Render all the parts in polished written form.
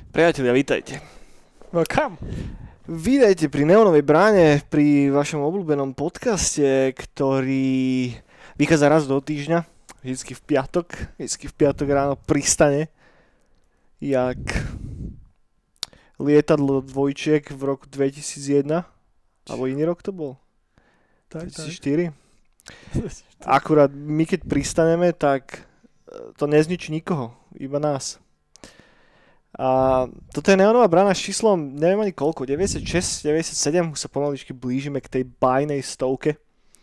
Priatelia, vítajte. Welcome. Vítajte pri Neonovej bráne, pri vašom obľúbenom podcaste, ktorý vychádza raz do týždňa, vždycky v piatok ráno pristane, jak lietadlo dvojčiek v roku 2001, alebo iný rok to bol? 2004? Akurát my keď pristaneme, tak to nezničí nikoho, iba nás. A toto je Neonová brána s číslom, neviem ani koľko, 96, 97, už sa pomaličky blížime k tej bajnej stovke.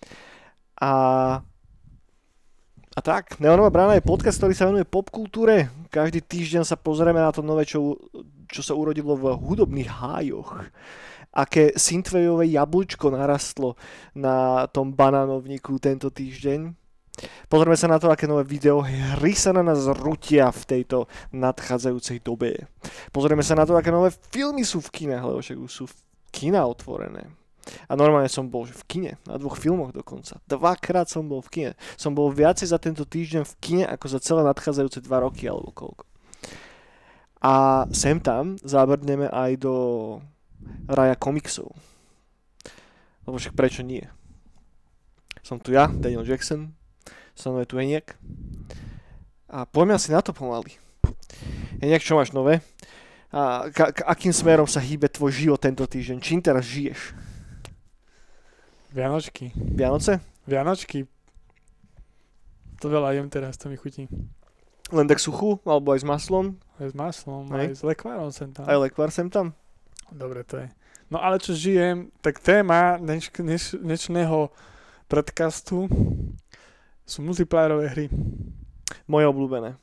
A tak, Neonová brána je podcast, ktorý sa venuje popkultúre. Každý týždeň sa pozrieme na to nové, čo sa urodilo v hudobných hájoch. Aké synthwaveové jablčko narastlo na tom banánovníku tento týždeň. Pozrieme sa na to, aké nové videohry sa na nás rútia v tejto nadchádzajúcej dobe. Pozrieme sa na to, aké nové filmy sú v kine, lebo však už sú v kina otvorené. A normálne som bol v kine, na 2 filmoch dokonca. 2-krát som bol v kine. Som bol viacej za tento týždeň v kine, ako za celé nadchádzajúce 2 roky, alebo koľko. A sem tam zabrneme aj do raja komiksov. Lebo však prečo nie? Som tu ja, Daniel Jackson. Som nové tu Eniak. A poďme asi na to pomaly. Eniak, čo máš nové? A akým smerom sa hýbe tvoj život tento týždeň? Čím teraz žiješ? Vianočky. Vianoce? Vianočky. To veľa jem teraz, to mi chutí. Len tak suchú? Alebo aj s maslom? Aj s maslom, Hej. aj s lekvárom sem tam. Aj lekvár sem tam? Dobre to je. No ale čo žijem, tak téma dnešného podcastu sú multiplayerové hry. Moje obľúbené.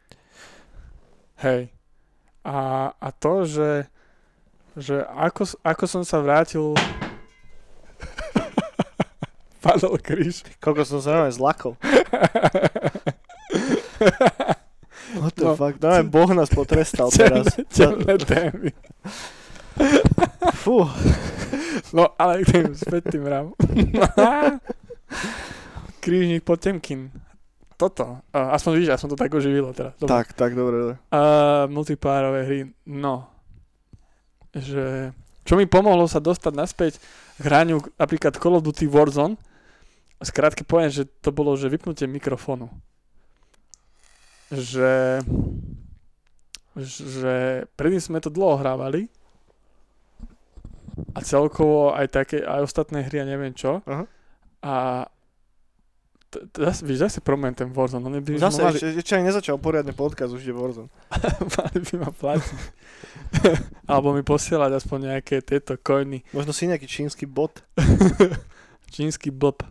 Hej. A to, že ako som sa vrátil padol kríž. Koľko som sa naozaj zlakol. What the fuck? Dáme, Boh nás potrestal teraz. Temné témy. Fú. No ale k tým späť tým rám. Krížnik Potemkin. Toto. Aspoň víš, aspoň to tak oživilo teraz. Dobre. Tak, dobre. Multiplayerové hry. No. Že... Čo mi pomohlo sa dostať naspäť k hraniu napríklad Call of Duty Warzone. Skrátke poviem, že to bolo, že vypnutie mikrofónu. Že predtým sme to dlho hrávali a celkovo aj také, aj ostatné hry a neviem čo. Uh-huh. A zase promujem ten Warzone. No zase, ešte ani nezačal poriadne podcast, už je Warzone. Mali by ma platiť. Alebo mi posielať aspoň nejaké tieto coiny. Možno si nejaký čínsky bot. Čínsky blb.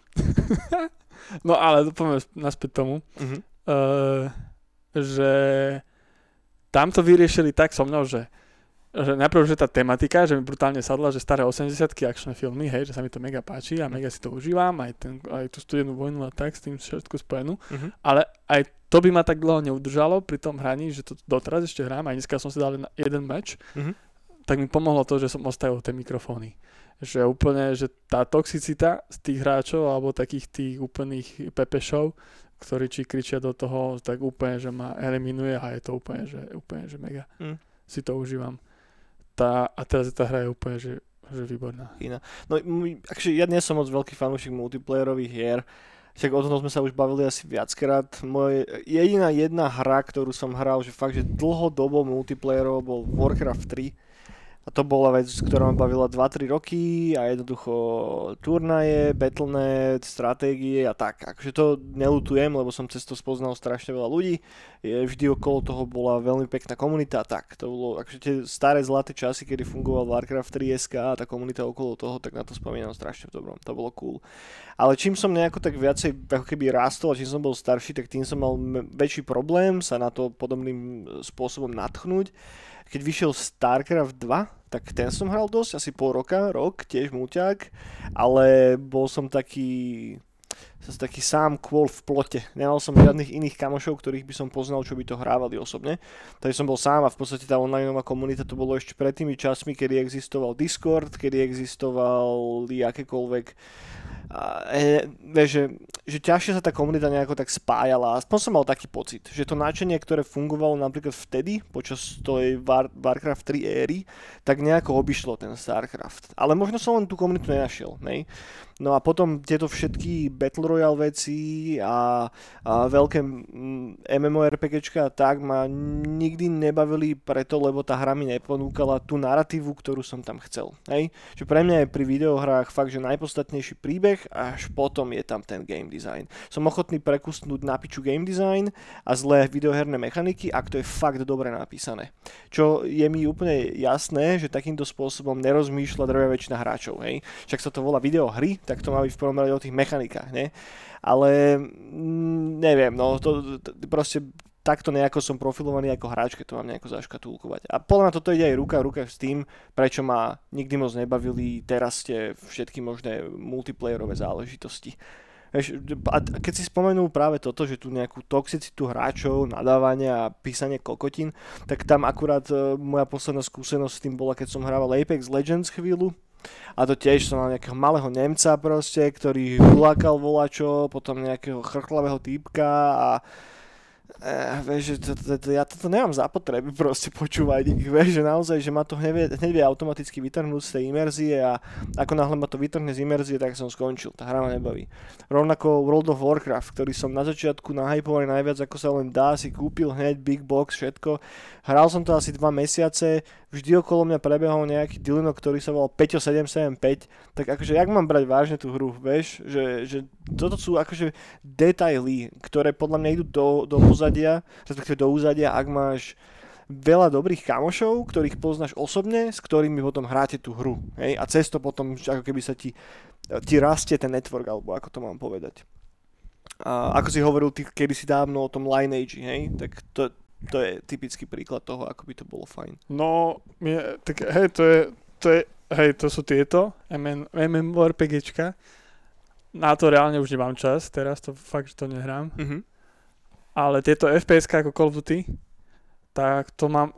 No ale poďme naspäť tomu. Uh-huh. Že tam to vyriešili tak so mnou, že najprv, že tá tematika, že mi brutálne sadla, že staré 80-ky akčné filmy, hej, že sa mi to mega páči a mega si to užívam, aj tú studenú vojnu a tak, s tým všetko spojenú, ale aj to by ma tak dlho neudržalo pri tom hraní, že to doteraz ešte hrám, aj dneska som si dal jeden meč, tak mi pomohlo to, že som ostavil tie mikrofóny. Že úplne, že tá toxicita z tých hráčov, alebo takých tých úplných pepešov, ktorí kričia do toho, tak úplne, že ma eliminuje a je to úplne, že mega. Si to užívam. A teraz tá hra je úplne, že výborná. Iná. No, akže ja nie som moc veľký fanúšik multiplayerových hier, však o tom sme sa už bavili asi viackrát. Jediná jedna hra, ktorú som hral, že fakt, že dlhodobo multiplayerov bol Warcraft 3. A to bola vec, ktorá ma bavila 2-3 roky a jednoducho turnaje, Battle.net, stratégie a tak. Akože to neľutujem, lebo som cez to spoznal strašne veľa ľudí. Vždy okolo toho bola veľmi pekná komunita a tak. To bolo akože tie staré zlaté časy, kedy fungoval Warcraft 3.sk a tá komunita okolo toho, tak na to spomínam strašne v dobrom. To bolo cool. Ale čím som nejako tak viacej ako keby rástol a čím som bol starší, tak tým som mal väčší problém sa na to podobným spôsobom nadchnúť. Keď vyšiel StarCraft 2, tak ten som hral dosť, asi pol roka, rok, tiež muťák, ale bol som taký sám kvôl v plote. Nemal som žiadnych iných kamošov, ktorých by som poznal, čo by to hrávali osobne. Takže som bol sám a v podstate tá onlineová komunita to bolo ešte pred tými časmi, kedy existoval Discord, kedy existovali akékoľvek vieš, že ťažšie sa tá komunita nejako tak spájala. Aspoň som mal taký pocit, že to nadšenie, ktoré fungovalo napríklad vtedy, počas tej Warcraft 3 éry, tak nejako obišlo ten StarCraft. Ale možno som len tú komunitu nenašiel, nej? No a potom tieto všetky Battle Royale veci a veľké MMORPGčka a tak ma nikdy nebavili preto, lebo tá hra mi neponúkala tú naratívu, ktorú som tam chcel. Hej? Že pre mňa je pri videohrách fakt, že najpodstatnejší príbeh a až potom je tam ten game design. Som ochotný prekusnúť na piču game design a zlé videoherné mechaniky, ak to je fakt dobre napísané. Čo je mi úplne jasné, že takýmto spôsobom nerozmýšľa drvivá väčšina hráčov. Hej? Však sa to volá videohry, tak to má byť v prvom rade o tých mechanikách, ne? Ale neviem, no proste takto nejako som profilovaný ako hráč, keď to mám nejako zaškatulkovať. A podľa mňa toto ide aj ruka v ruka s tým, prečo ma nikdy moc nebavili teraz tie všetky možné multiplayerové záležitosti. A keď si spomenul práve toto, že tu nejakú toxicitu hráčov, nadávanie a písanie kokotín, tak tam akurát moja posledná skúsenosť s tým bola, keď som hrával Apex Legends chvíľu. A to tiež som mal nejakého malého Nemca proste, ktorý hulákal volačo, potom nejakého chrchlavého týpka a vieš, že ja toto nemám zapotreby proste počúvať ich, vieš, že naozaj, že ma to hneď vie automaticky vytrhnúť z tej imerzie a ako náhle ma to vytrhne z imerzie, tak som skončil, tá hra ma nebaví. Rovnako World of Warcraft, ktorý som na začiatku nahypovaný najviac ako sa len dá, si kúpil hneď big box, všetko. Hral som to asi 2 mesiace, vždy okolo mňa prebehol nejaký Dylino, ktorý sa volal 5775, tak akože jak mám brať vážne tú hru, vieš, že toto sú akože detaily, ktoré podľa mňa idú do uzadia, respektíve do úzadia, ak máš veľa dobrých kamošov, ktorých poznáš osobne, s ktorými potom hráte tú hru, hej, a cez to potom ako keby sa ti rastie ten network, alebo ako to mám povedať. A ako si hovoril ty kedysi dávno o tom Lineage, hej, tak to je typický príklad toho, ako by to bolo fajn. No, tak hej, to sú tieto MMORPGčka. Na to reálne už nemám čas, teraz to fakt, že to nehrám. Mm-hmm. Ale tieto FPS-ka ako Call of Duty, tak to mám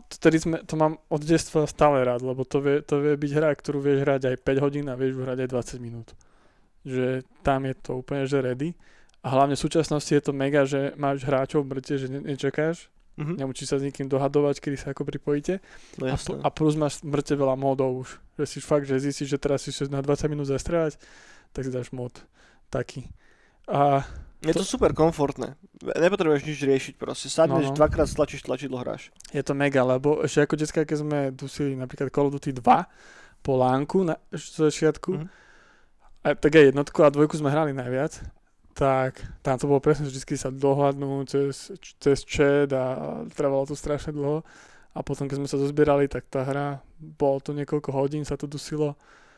od detstva stále rád, lebo to vie byť hra, ktorú vieš hrať aj 5 hodín a vieš hrať aj 20 minút. Že tam je to úplne, že ready. A hlavne v súčasnosti je to mega, že máš hráčov v brte, že nečakáš. Mm-hmm. Nemusíš sa s nikým dohadovať, kedy sa ako pripojíte. No, a plus máš v mŕte veľa módov už. Že si fakt, že zistíš, že teraz si na 20 minút zastrelať, tak si dáš mód taký. A je to super komfortné. Nepotrebuješ nič riešiť proste. Sadneš, dvakrát stlačíš tlačidlo, hráš. Je to mega, lebo ešte ako decka, keď sme dusili napríklad Call of Duty 2 po lánku na začiatku, a tak aj jednotku a dvojku sme hrali najviac, tak tam to bolo presne, že vždy sa dohľadnú cez chat a trvalo to strašne dlho. A potom, keď sme sa zozbierali, tak tá hra, bolo to niekoľko hodín, sa to dusilo.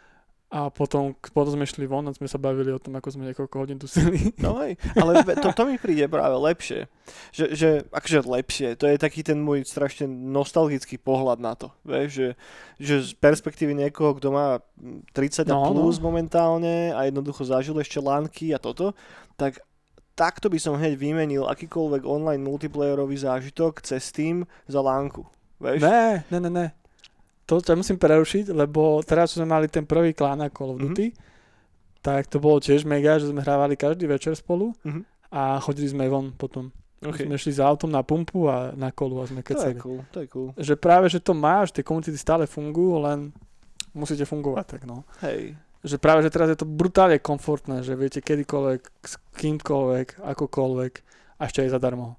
A potom sme šli von a sme sa bavili o tom, ako sme niekoľko hodín dusili. No hej, ale to mi príde práve lepšie. Že akože lepšie, to je taký ten môj strašne nostalgický pohľad na to. Vieš, že z perspektívy niekoho, kto má 30 a plus momentálne a jednoducho zažil ešte lánky a toto, tak takto by som hneď vymenil akýkoľvek online multiplayerový zážitok cez Steam za lánku. Vieš? Ne. To ťa musím prerušiť, lebo teraz sme mali ten prvý klán na Call of Duty, tak to bolo tiež mega, že sme hrávali každý večer spolu a chodili sme von potom. Okay. Sme šli za autom na pumpu a na kolu a sme kecali. To je cool. Že práve, že to máš, tie komunity stále fungujú, len musíte fungovať tak, no. Hej. Že práve, že teraz je to brutálne komfortné, že viete kedykoľvek, s kýmkoľvek, akokoľvek a ešte aj zadarmo.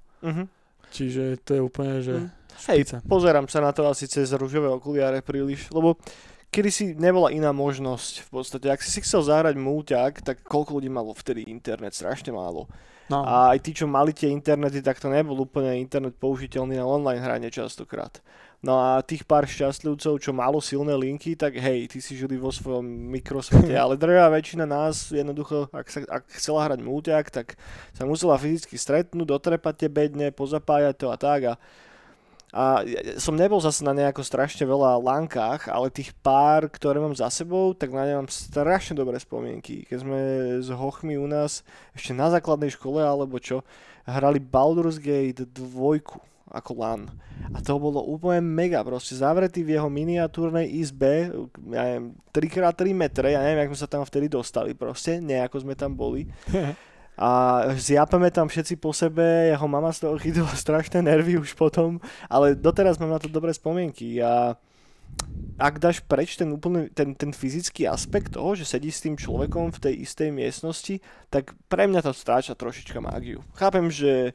Čiže to je úplne, že hej, pozerám sa na to asi cez ružové okuliare príliš, lebo kedysi nebola iná možnosť v podstate. Ak si chcel zahrať mulťák, tak koľko ľudí malo vtedy internet? Strašne málo. No. A aj tí, čo mali tie internety, tak to nebol úplne internet použiteľný na online hranie častokrát. No a tých pár šťastlivcov, čo malo silné linky, tak hej, ty si žili vo svojom mikrosvete, ale drvivá väčšina nás jednoducho, ak chcela hrať mulťák, tak sa musela fyzicky stretnúť, dotrepať tie bedne, pozapájať to a tak. A som nebol zase na nejako strašne veľa lánkach, ale tých pár, ktoré mám za sebou, tak na ne mám strašne dobré spomienky. Keď sme s hochmi u nás ešte na základnej škole alebo čo, hrali Baldur's Gate 2. ako LAN. A to bolo úplne mega, proste zavretý v jeho miniatúrnej izbe, ja neviem, 3x3 metre, ja neviem, jak sme sa tam vtedy dostali proste, nejako sme tam boli. A zjapeme tam všetci po sebe, jeho mama z toho chytila strašné nervy už potom, ale doteraz mám na to dobré spomienky a ak dáš preč ten fyzický aspekt toho, že sedíš s tým človekom v tej istej miestnosti, tak pre mňa to stráča trošička mágiu. Chápem, že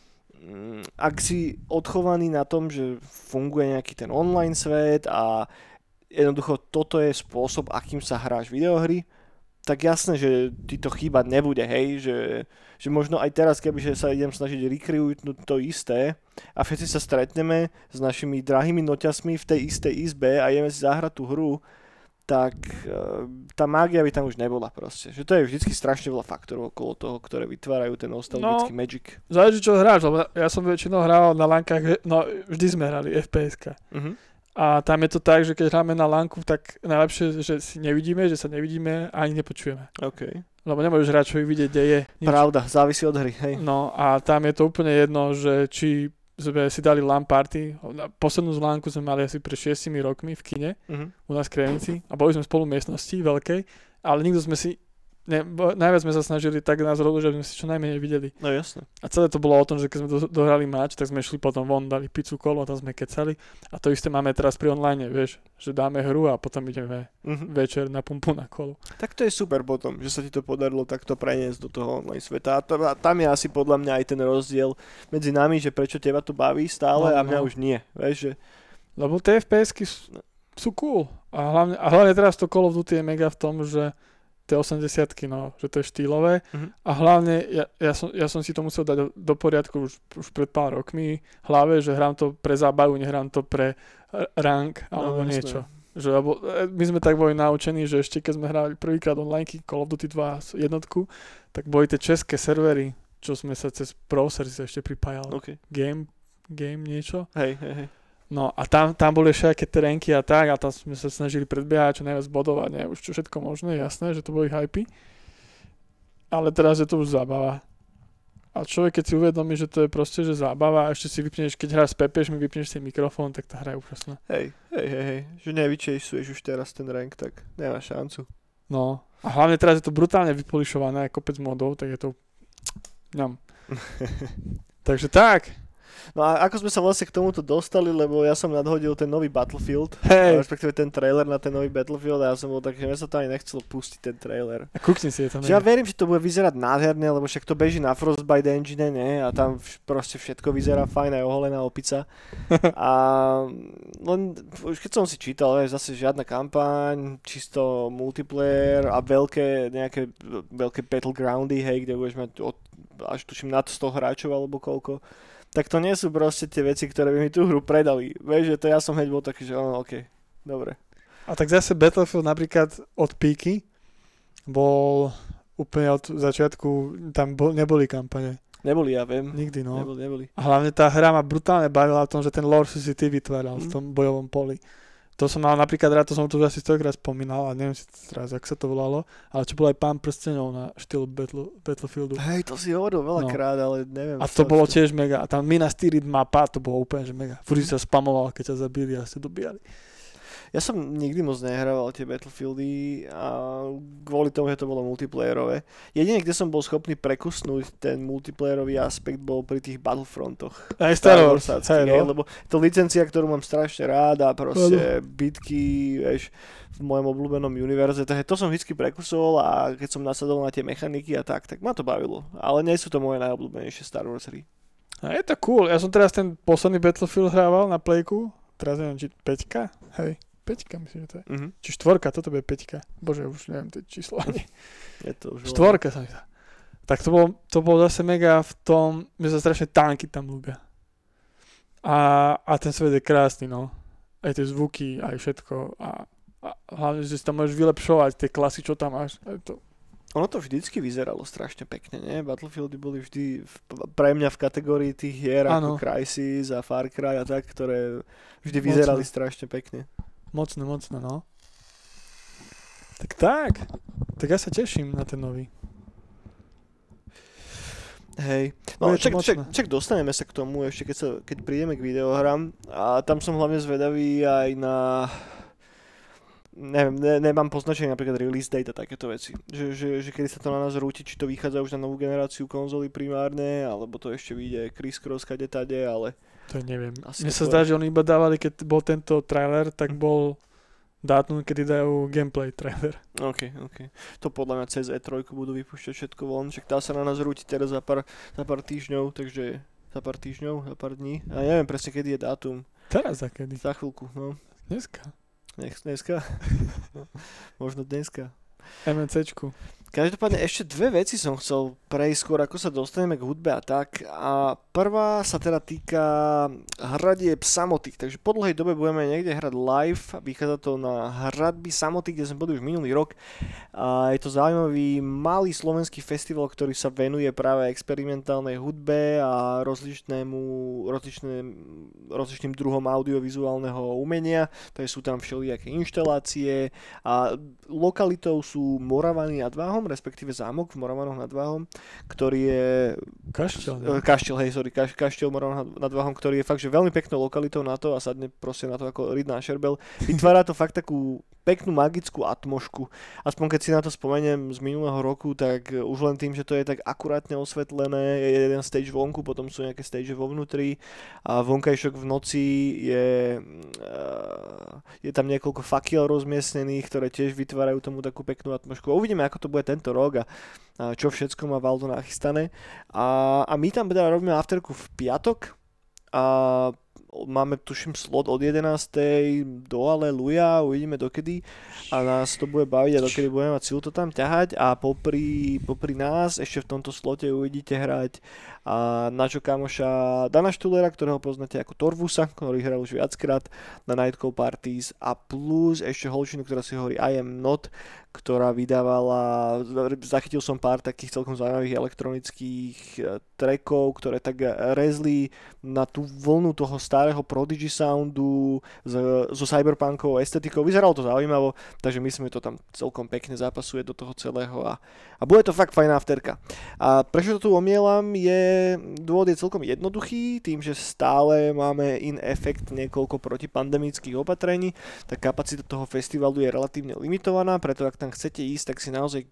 ak si odchovaný na tom, že funguje nejaký ten online svet a jednoducho toto je spôsob, akým sa hráš videohry, tak jasné, že ti to chýbať nebude, hej, že možno aj teraz, kebyže sa idem snažiť recreutnúť to isté a všetci sa stretneme s našimi drahými noťasmi v tej istej izbe a ideme si zahrať tú hru, tak tá mágia by tam už nebola proste. Že to je vždycky strašne veľa faktorov okolo toho, ktoré vytvárajú ten nostalgický magic. Záleží, čo hráš, lebo ja som väčšinou hral na lankách, no vždy sme hrali FPS-ka. A tam je to tak, že keď hráme na lanku, tak najlepšie, že si nevidíme, že sa nevidíme a ani nepočujeme. OK. Lebo nemôžeš hráčovi vidieť, kde je. Nič. Pravda, závisí od hry, hej. No a tam je to úplne jedno, že či sme si dali LAN party. Poslednú zlánku sme mali asi pred 6 rokmi v kine, u nás v Krevnici. A boli sme spolu v miestnosti veľkej, ale nikto sme si najviac sme sa snažili tak nás rozložiť, aby sme si čo najmenej videli. No jasne. A celé to bolo o tom, že keď sme dohrali match, tak sme šli potom von, dali pizzu, kolo, tam sme kecali. A to isté máme teraz pri online, vieš, že dáme hru a potom ideme večer na pumpu na kolo. Tak to je super potom, že sa ti to podarilo takto preniesť do toho online sveta. A tam je asi podľa mňa aj ten rozdiel medzi nami, že prečo teba to baví stále a mňa už nie. Vieš, že... Lebo tie FPS-ky sú cool. A hlavne teraz to Call of Duty je mega v tom, že tie 80-ky, no, že to je štýlové. A hlavne ja som si to musel dať do poriadku už pred pár rokmi v hlave, že hrám to pre zábavu, nehrám to pre rank alebo niečo. Že, my sme tak boli naučení, že ešte keď sme hrali prvýkrát online Call of Duty 2 jednotku, tak boli tie české servery, čo sme sa cez browser si ešte pripájali. Okay. Game niečo. Hej. No a tam boli všetké terénky a tak a tam sme sa snažili predbiehať čo najviac bodovať, ne, už čo všetko možné, jasné, že to boli hypy. Ale teraz je to už zábava. A človek, keď si uvedomí, že to je proste, že zábava a ešte si vypneš, keď hráš s Pepeš, vypneš si mikrofón, tak tá hra je úžasná. Hej, že nevyčejšuješ už teraz ten rank, tak nemáš šancu. No a hlavne teraz je to brutálne vypolišované, kopec modov, tak je to ňam. Takže tak. No a ako sme sa vlastne k tomuto dostali, lebo ja som nadhodil ten nový Battlefield, respektíve ten trailer na ten nový Battlefield a ja som bol tak, že mňa sa to ani nechcelo pustiť ten trailer. A kúkni si je to. Ja verím, že to bude vyzerať nádherne, lebo však to beží na Frostbite engine, ne? A tam proste všetko vyzerá fajn, aj oholená opica. A len už keď som si čítal, zase žiadna kampaň, čisto multiplayer a nejaké veľké battlegroundy, hej, kde budeš mať až tuším nad 100 hráčov alebo koľko. Tak to nie sú proste tie veci, ktoré by mi tú hru predali. Vieš, že to ja som hneď bol taký, že OK, dobre. A tak zase Battlefield napríklad od píky bol úplne od začiatku, tam neboli kampane. Neboli, ja viem. Nikdy, no. Neboli. A hlavne tá hra ma brutálne bavila v tom, že ten lore si ty vytváral v tom bojovom poli. To som mal napríklad rád, to som tu asi stokrát spomínal a neviem si teraz, jak sa to volalo, ale čo bolo aj Pán prstenov na štýl Battlefieldu. Hej, to si hovoril veľakrát, ale neviem. A to bolo tiež mega. A tam Minas Tirith mapa, to bolo úplne, že mega. Furt sa spamoval, keď ťa zabili a ste dobíjali. Ja som nikdy moc nehrával tie Battlefieldy a kvôli tomu, že to bolo multiplayerové. Jedine, kde som bol schopný prekusnúť ten multiplayerový aspekt, bol pri tých Battlefrontoch. Aj Star Wars. Lebo to licencia, ktorú mám strašne rád a proste bitky, vieš, v mojom obľúbenom univerze, takže to som vždy prekusol a keď som nasadol na tie mechaniky a tak ma to bavilo. Ale nie sú to moje najobľúbenejšie Star Wars hry. A je to cool. Ja som teraz ten posledný Battlefield hrával na Playku. Teraz neviem, či 5-ka? Hej. 5, myslím, že to je. Či 4, toto bude 5. Bože, už neviem tie číslo ani. Je to už 4 sa mi dá. Tak to bolo zase mega v tom, že sa strašne tanky tam ľúbia. A ten svet je krásny, no. Aj tie zvuky, aj všetko. A hlavne, že si tam môžeš vylepšovať tie klasy, čo tam máš. Ono to vždycky vyzeralo strašne pekne, nie? Battlefieldy boli vždy pre mňa v kategórii tých hier ako Crysis a Far Cry a tak, ktoré vždy vyzerali strašne pekne. Mocné, no. Tak. Tak ja sa teším na ten nový. Hej. No čak dostaneme sa k tomu ešte, keď prídeme k videohrám. A tam som hlavne zvedavý aj na... Neviem, nemám poznačený napríklad release date a takéto veci. Že kedy sa to na nás rúti, či to vychádza už na novú generáciu konzoly primárne, alebo to ešte vyjde criss-cross kade-tade, ale... To neviem. Mne sa zdá, že oni iba dávali, keď bol tento trailer, tak bol dátum, kedy dajú gameplay trailer. OK. To podľa mňa cez E3 budú vypúšťať všetko von, však tá sa na nás rúti teraz za pár týždňov, takže za pár dní. A neviem presne, kedy je dátum. Teraz za kedy? Za chvíľku, no. Dneska. Dneska? Možno dneska. MNCčku. Každopádne ešte dve veci som chcel prejsť skôr, ako sa dostaneme k hudbe a tak. A prvá sa teda týka hradieb samoty. Takže po dlhej dobe budeme niekde hrať live. Vychádza to na hradby samoty, kde sme boli už minulý rok. A je to zaujímavý malý slovenský festival, ktorý sa venuje práve experimentálnej hudbe a rozličným druhom audiovizuálneho umenia. Takže sú tam všelijaké inštalácie a lokalitou sú Moravany nad Váhom, respektíve zámok v Moravanoch nad Váhom, ktorý je... Kaštiel Moravanov nad Váhom, ktorý je fakt, že veľmi peknou lokalitou na to a sadne proste na to ako ryd na šerbel. Vytvára to fakt takú peknú magickú atmošku. Aspoň keď si na to spomeniem z minulého roku, tak už len tým, že to je tak akurátne osvetlené, je jeden stage vonku, potom sú nejaké stage vo vnútri a vonkajšok v noci je tam niekoľko fakiel rozmiestnených, ktoré tiež vytvárajú tomu takú peknú atmošku. Uvidíme, ako to bude tento rok a čo všetko má Valdo nachystané. A my tam teda robíme afterku v piatok a máme, tuším, slot od 11. do Aleluja, uvidíme dokedy a nás to bude baviť a dokedy budeme mať silu to tam ťahať a popri nás ešte v tomto slote uvidíte hrať a nášho kamoša Dana Štulera, ktorého poznáte ako Torvusa, ktorý hral už viackrát na Night Call Parties a plus ešte holčinu, ktorá si hovorí I Am Not, ktorá vydávala, zachytil som pár takých celkom zaujímavých elektronických trackov, ktoré tak rezli na tú vlnu toho starého Prodigy soundu so cyberpunkovou estetikou. Vyzeralo to zaujímavo, takže myslím, že to tam celkom pekne zapasuje do toho celého a bude to fakt fajná afterka. A prečo to tu omielam dôvod je celkom jednoduchý, tým, že stále máme in efekt niekoľko protipandemických opatrení, tak kapacita toho festivalu je relatívne limitovaná, preto ak tam chcete ísť, tak si naozaj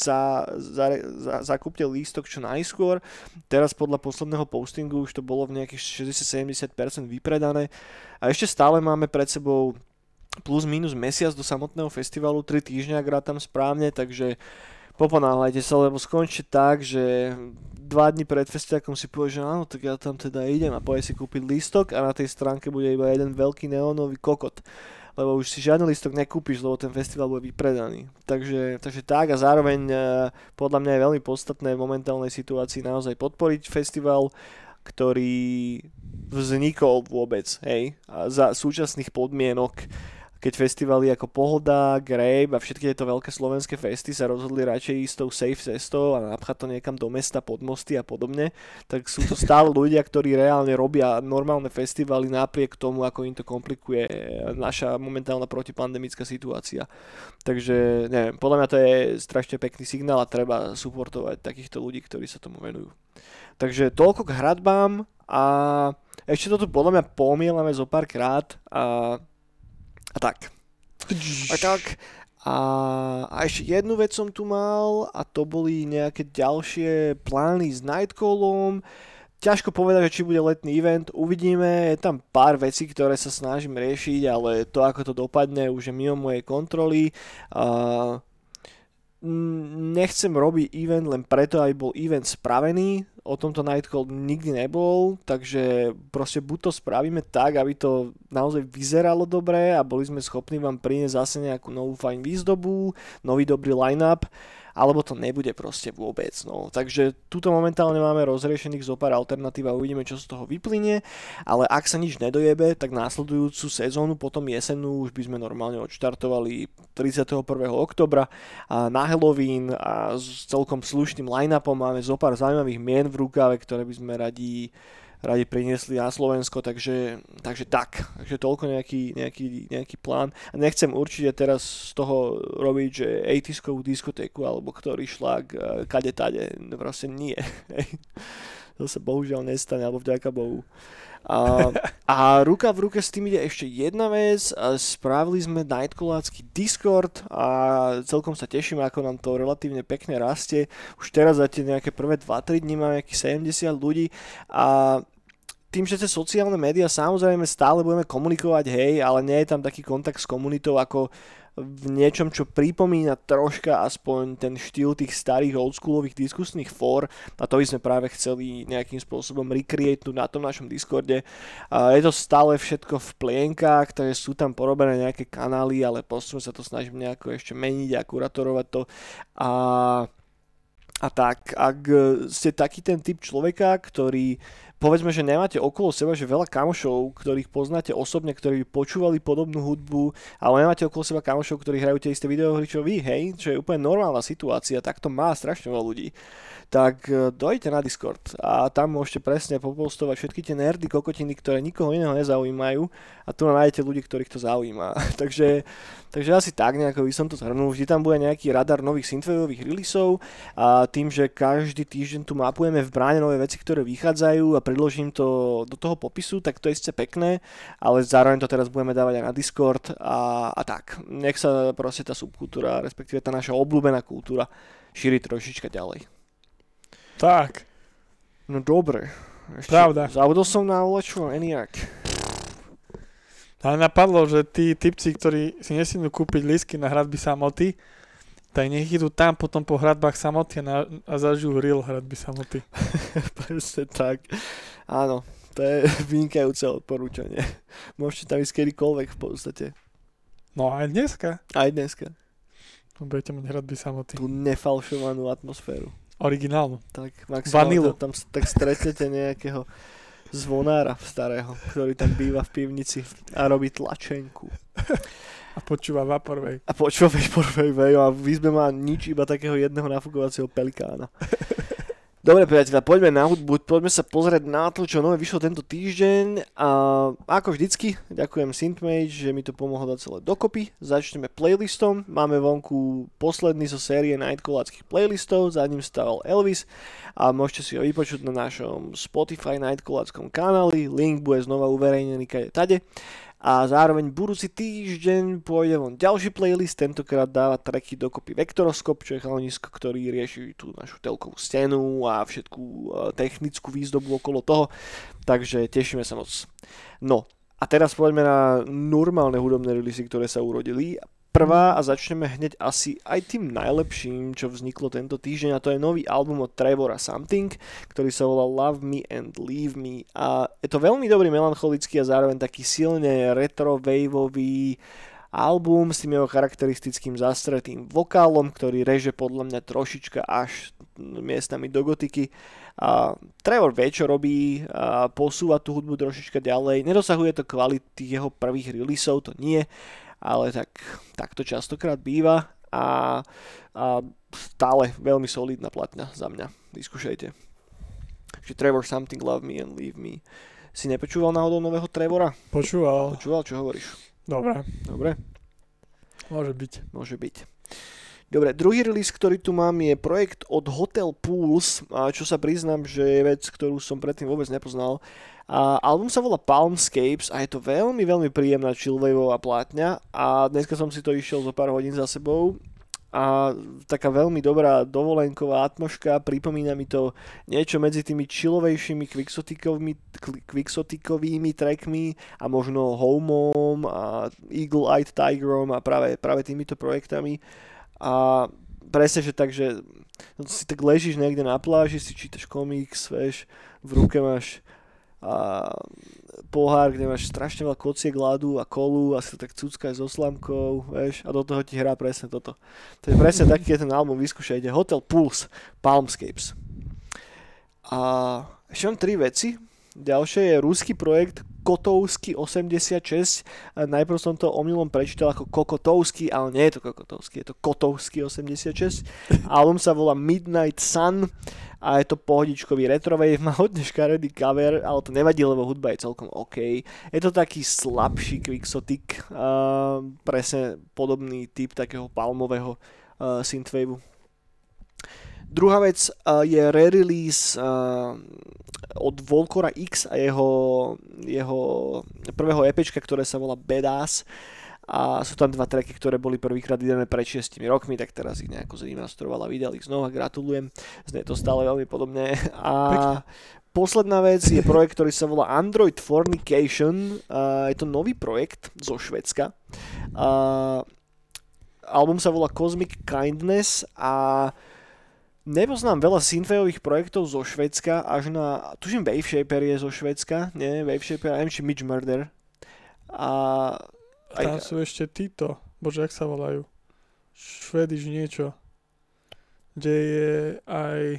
zakúpte lístok čo najskôr. Teraz podľa posledného postingu už to bolo v nejakých 60-70% vypredané a ešte stále máme pred sebou plus minus mesiac do samotného festivalu, 3 týždňa, ak rátam správne, takže poponáhľajte sa, lebo skončí tak, že 2 dní pred festiakom si povie, že áno, tak ja tam teda idem a povie si kúpiť lístok a na tej stránke bude iba jeden veľký neónový kokot. Lebo už si žiadny lístok nekúpiš, lebo ten festival bude vypredaný. Takže tak a zároveň podľa mňa je veľmi podstatné v momentálnej situácii naozaj podporiť festival, ktorý vznikol vôbec, hej, a za súčasných podmienok, keď festivaly ako Pohoda, Grape a všetky tieto veľké slovenské festy sa rozhodli radšej ísť tou safe cestou a napchať to niekam do mesta, pod mosty a podobne, tak sú to stále ľudia, ktorí reálne robia normálne festivaly napriek tomu, ako im to komplikuje naša momentálna protipandemická situácia. Takže neviem, podľa mňa to je strašne pekný signál a treba supportovať takýchto ľudí, ktorí sa tomu venujú. Takže toľko k hradbám a ešte toto podľa mňa pomielame zo pár krát a tak. A ešte jednu vec som tu mal a to boli nejaké ďalšie plány s Nightcallom. Ťažko povedať, že či bude letný event, uvidíme, je tam pár vecí, ktoré sa snažím riešiť, ale to, ako to dopadne, už je mimo mojej kontroly. Nechcem robiť event len preto, aby bol event spravený. O tomto Nightcall nikdy nebol, takže proste buď to spravíme tak, aby to naozaj vyzeralo dobre a boli sme schopní vám priniesť zase nejakú novú fajn výzdobu, nový dobrý line-up, alebo to nebude proste vôbec. No. Takže tuto momentálne máme rozriešených zo pár alternatív a uvidíme, čo z toho vyplynie, ale ak sa nič nedojebe, tak následujúcu sezónu, potom jesennú, už by sme normálne odštartovali 31. oktobra a na Halloween a s celkom slušným line-upom máme zo pár zaujímavých mien v rukáve, ktoré by sme radi radi priniesli na Slovensko, takže toľko nejaký plán. A nechcem určite teraz z toho robiť, že 80-skovú diskotéku alebo ktorý šlak kade tade, proste nie. To sa bohužiaľ nestane, alebo vďaka Bohu. A ruka v ruke s tým ide ešte jedna vec. Spravili sme Nightcallácky Discord a celkom sa teším, ako nám to relatívne pekne rastie. Už teraz za tie nejaké prvé 2-3 dní máme nejakých 70 ľudí a tým, že cez sociálne médiá samozrejme stále budeme komunikovať, hej, ale nie je tam taký kontakt s komunitou ako v niečom, čo pripomína troška aspoň ten štýl tých starých oldschoolových diskusných fór a to by sme práve chceli nejakým spôsobom recreatenúť na tom našom Discorde. Je to stále všetko v plienkách, takže sú tam porobené nejaké kanály, ale postupne sa to snažím nejako ešte meniť a kuratorovať to a tak, ak ste taký ten typ človeka, ktorý povedzme, že nemáte okolo seba, že veľa kamošov, ktorých poznáte osobne, ktorí počúvali podobnú hudbu, ale nemáte okolo seba kamošov, ktorí hrajú tie isté videohry, čo vy, hej, čo je úplne normálna situácia, tak to má strašne veľa ľudí. Tak dojďte na Discord a tam môžete presne popostovať všetky tie nerdy, kokotiny, ktoré nikoho iného nezaujímajú a tu nájdete ľudí, ktorých to zaujíma. takže asi tak nejako by som to zhrnul. Vždy tam bude nejaký radar nových synthwaveových releaseov a tým, že každý týždeň tu mapujeme v bráne nové veci, ktoré vychádzajú a predložím to do toho popisu, tak to je síce pekné, ale zároveň to teraz budeme dávať aj na Discord a tak. Nech sa proste tá subkultúra, respektíve tá naša obľúbená kultúra šíri trošička ďalej. Tak. No dobre. Pravda. Zabudol som na Electro ENIAC. Ale napadlo, že tí typci, ktorí si nesmú kúpiť lístky na hradby samoty, tak nech idú tam potom po hradbách samoty a zažijú real hradby samoty. Presne tak. Áno, to je vynikajúce odporúčanie. Môžete tam ísť kedykoľvek v podstate. No aj dneska. Aj dneska. Budete mať hradby samoty. Tú nefalšovanú atmosféru. Originálnu. Tak maximálne tam tak stretnete nejakého zvonára starého, ktorý tam býva v pivnici a robí tlačenku. A počúva Vaporwave. A počúva Vaporwave a v izbe má nič, iba takého jedného nafukovacieho pelikána. Dobre priateľa, poďme na hudbu, poďme sa pozrieť na to, čo nové vyšlo tento týždeň a ako vždycky ďakujem Synthmage, že mi to pomohlo dať celé dokopy. Začneme playlistom, máme vonku posledný zo série Nightcalláckych playlistov, za ním stával Elvis a môžete si ho vypočuť na našom Spotify Nightcalláckom kanáli, link bude znova uverejnený tade. A zároveň budúci týždeň pôjde von ďalší playlist, tentokrát dáva tracky dokopy Vektoroscope, čo je chalanisko, ktorý rieši tú našu telkovú stenu a všetku technickú výzdobu okolo toho, takže tešíme sa moc. No a teraz poďme na normálne hudobné releasy, ktoré sa urodili. Prvá a začneme hneď asi aj tým najlepším, čo vzniklo tento týždeň a to je nový album od Trevora Something, ktorý sa volá Love Me and Leave Me a je to veľmi dobrý melancholický a zároveň taký silne retro-waveový album s tým jeho charakteristickým zastretým vokálom, ktorý reže podľa mňa trošička až miestami do gotiky. A Trevor vie, čo robí, a posúva tú hudbu trošička ďalej, nedosahuje to kvality jeho prvých releaseov, to nie, ale tak to častokrát býva a stále veľmi solidná platňa za mňa. Vyskúšajte. Takže Trevor Something, Love Me and Leave Me. Si nepočúval náhodou nového Trevora? Počúval, čo hovoríš? Dobre. Môže byť. Dobre, druhý release, ktorý tu mám, je projekt od Hotel Pools, čo sa priznám, že je vec, ktorú som predtým vôbec nepoznal. Album sa volá Palmscapes a je to veľmi, veľmi príjemná chillwaveová plátňa a dneska som si to išiel zo pár hodín za sebou a taká veľmi dobrá dovolenková atmoška, pripomína mi to niečo medzi tými chillovejšími Quixotikovými trackmi a možno Homom a Eagle Eyed Tigerom a práve týmito projektami. A presne, že tak, že si tak ležíš niekde na pláži, si čítaš komiks, vieš, v ruke máš pohár, kde máš strašne veľa kociek ľadu a kolu a si tak cuckaj so slamkou, vieš, a do toho ti hrá presne toto. To je presne taký je ten album, vyskúšajte. Hotel Pools, Palmscapes. A ešte mám 3 veci. Ďalšie je ruský projekt Kokotovský 86. Najprv som to omylom prečítal ako Kokotovský, ale nie je to Kokotovský, je to Kotovský 86. Album sa volá Midnight Sun a je to pohodičkový retrowave, má hodne škaredý cover, ale to nevadí, lebo hudba je celkom OK. Je to taký slabší Quixotic, presne podobný typ takého palmového synthwaveu. Druhá vec je re-release od Volcora X a jeho prvého EPčka, ktoré sa volá Badass. A sú tam 2 tracky, ktoré boli prvýkrát vydané pred 6 rokmi, tak teraz ich nejako zremasteroval a vydal ich znova, gratulujem. Znie to stále veľmi podobne. A posledná vec je projekt, ktorý sa volá Android Fornication. Je to nový projekt zo Švédska. Album sa volá Cosmic Kindness a nepoznám veľa synthwaveových projektov zo Švédska, až na, tuším Waveshaper je zo Švédska, nie, Waveshaper, neviem či Midge Murder. Tam sú ešte títo, bože, jak sa volajú, Švédiš niečo, kde je aj,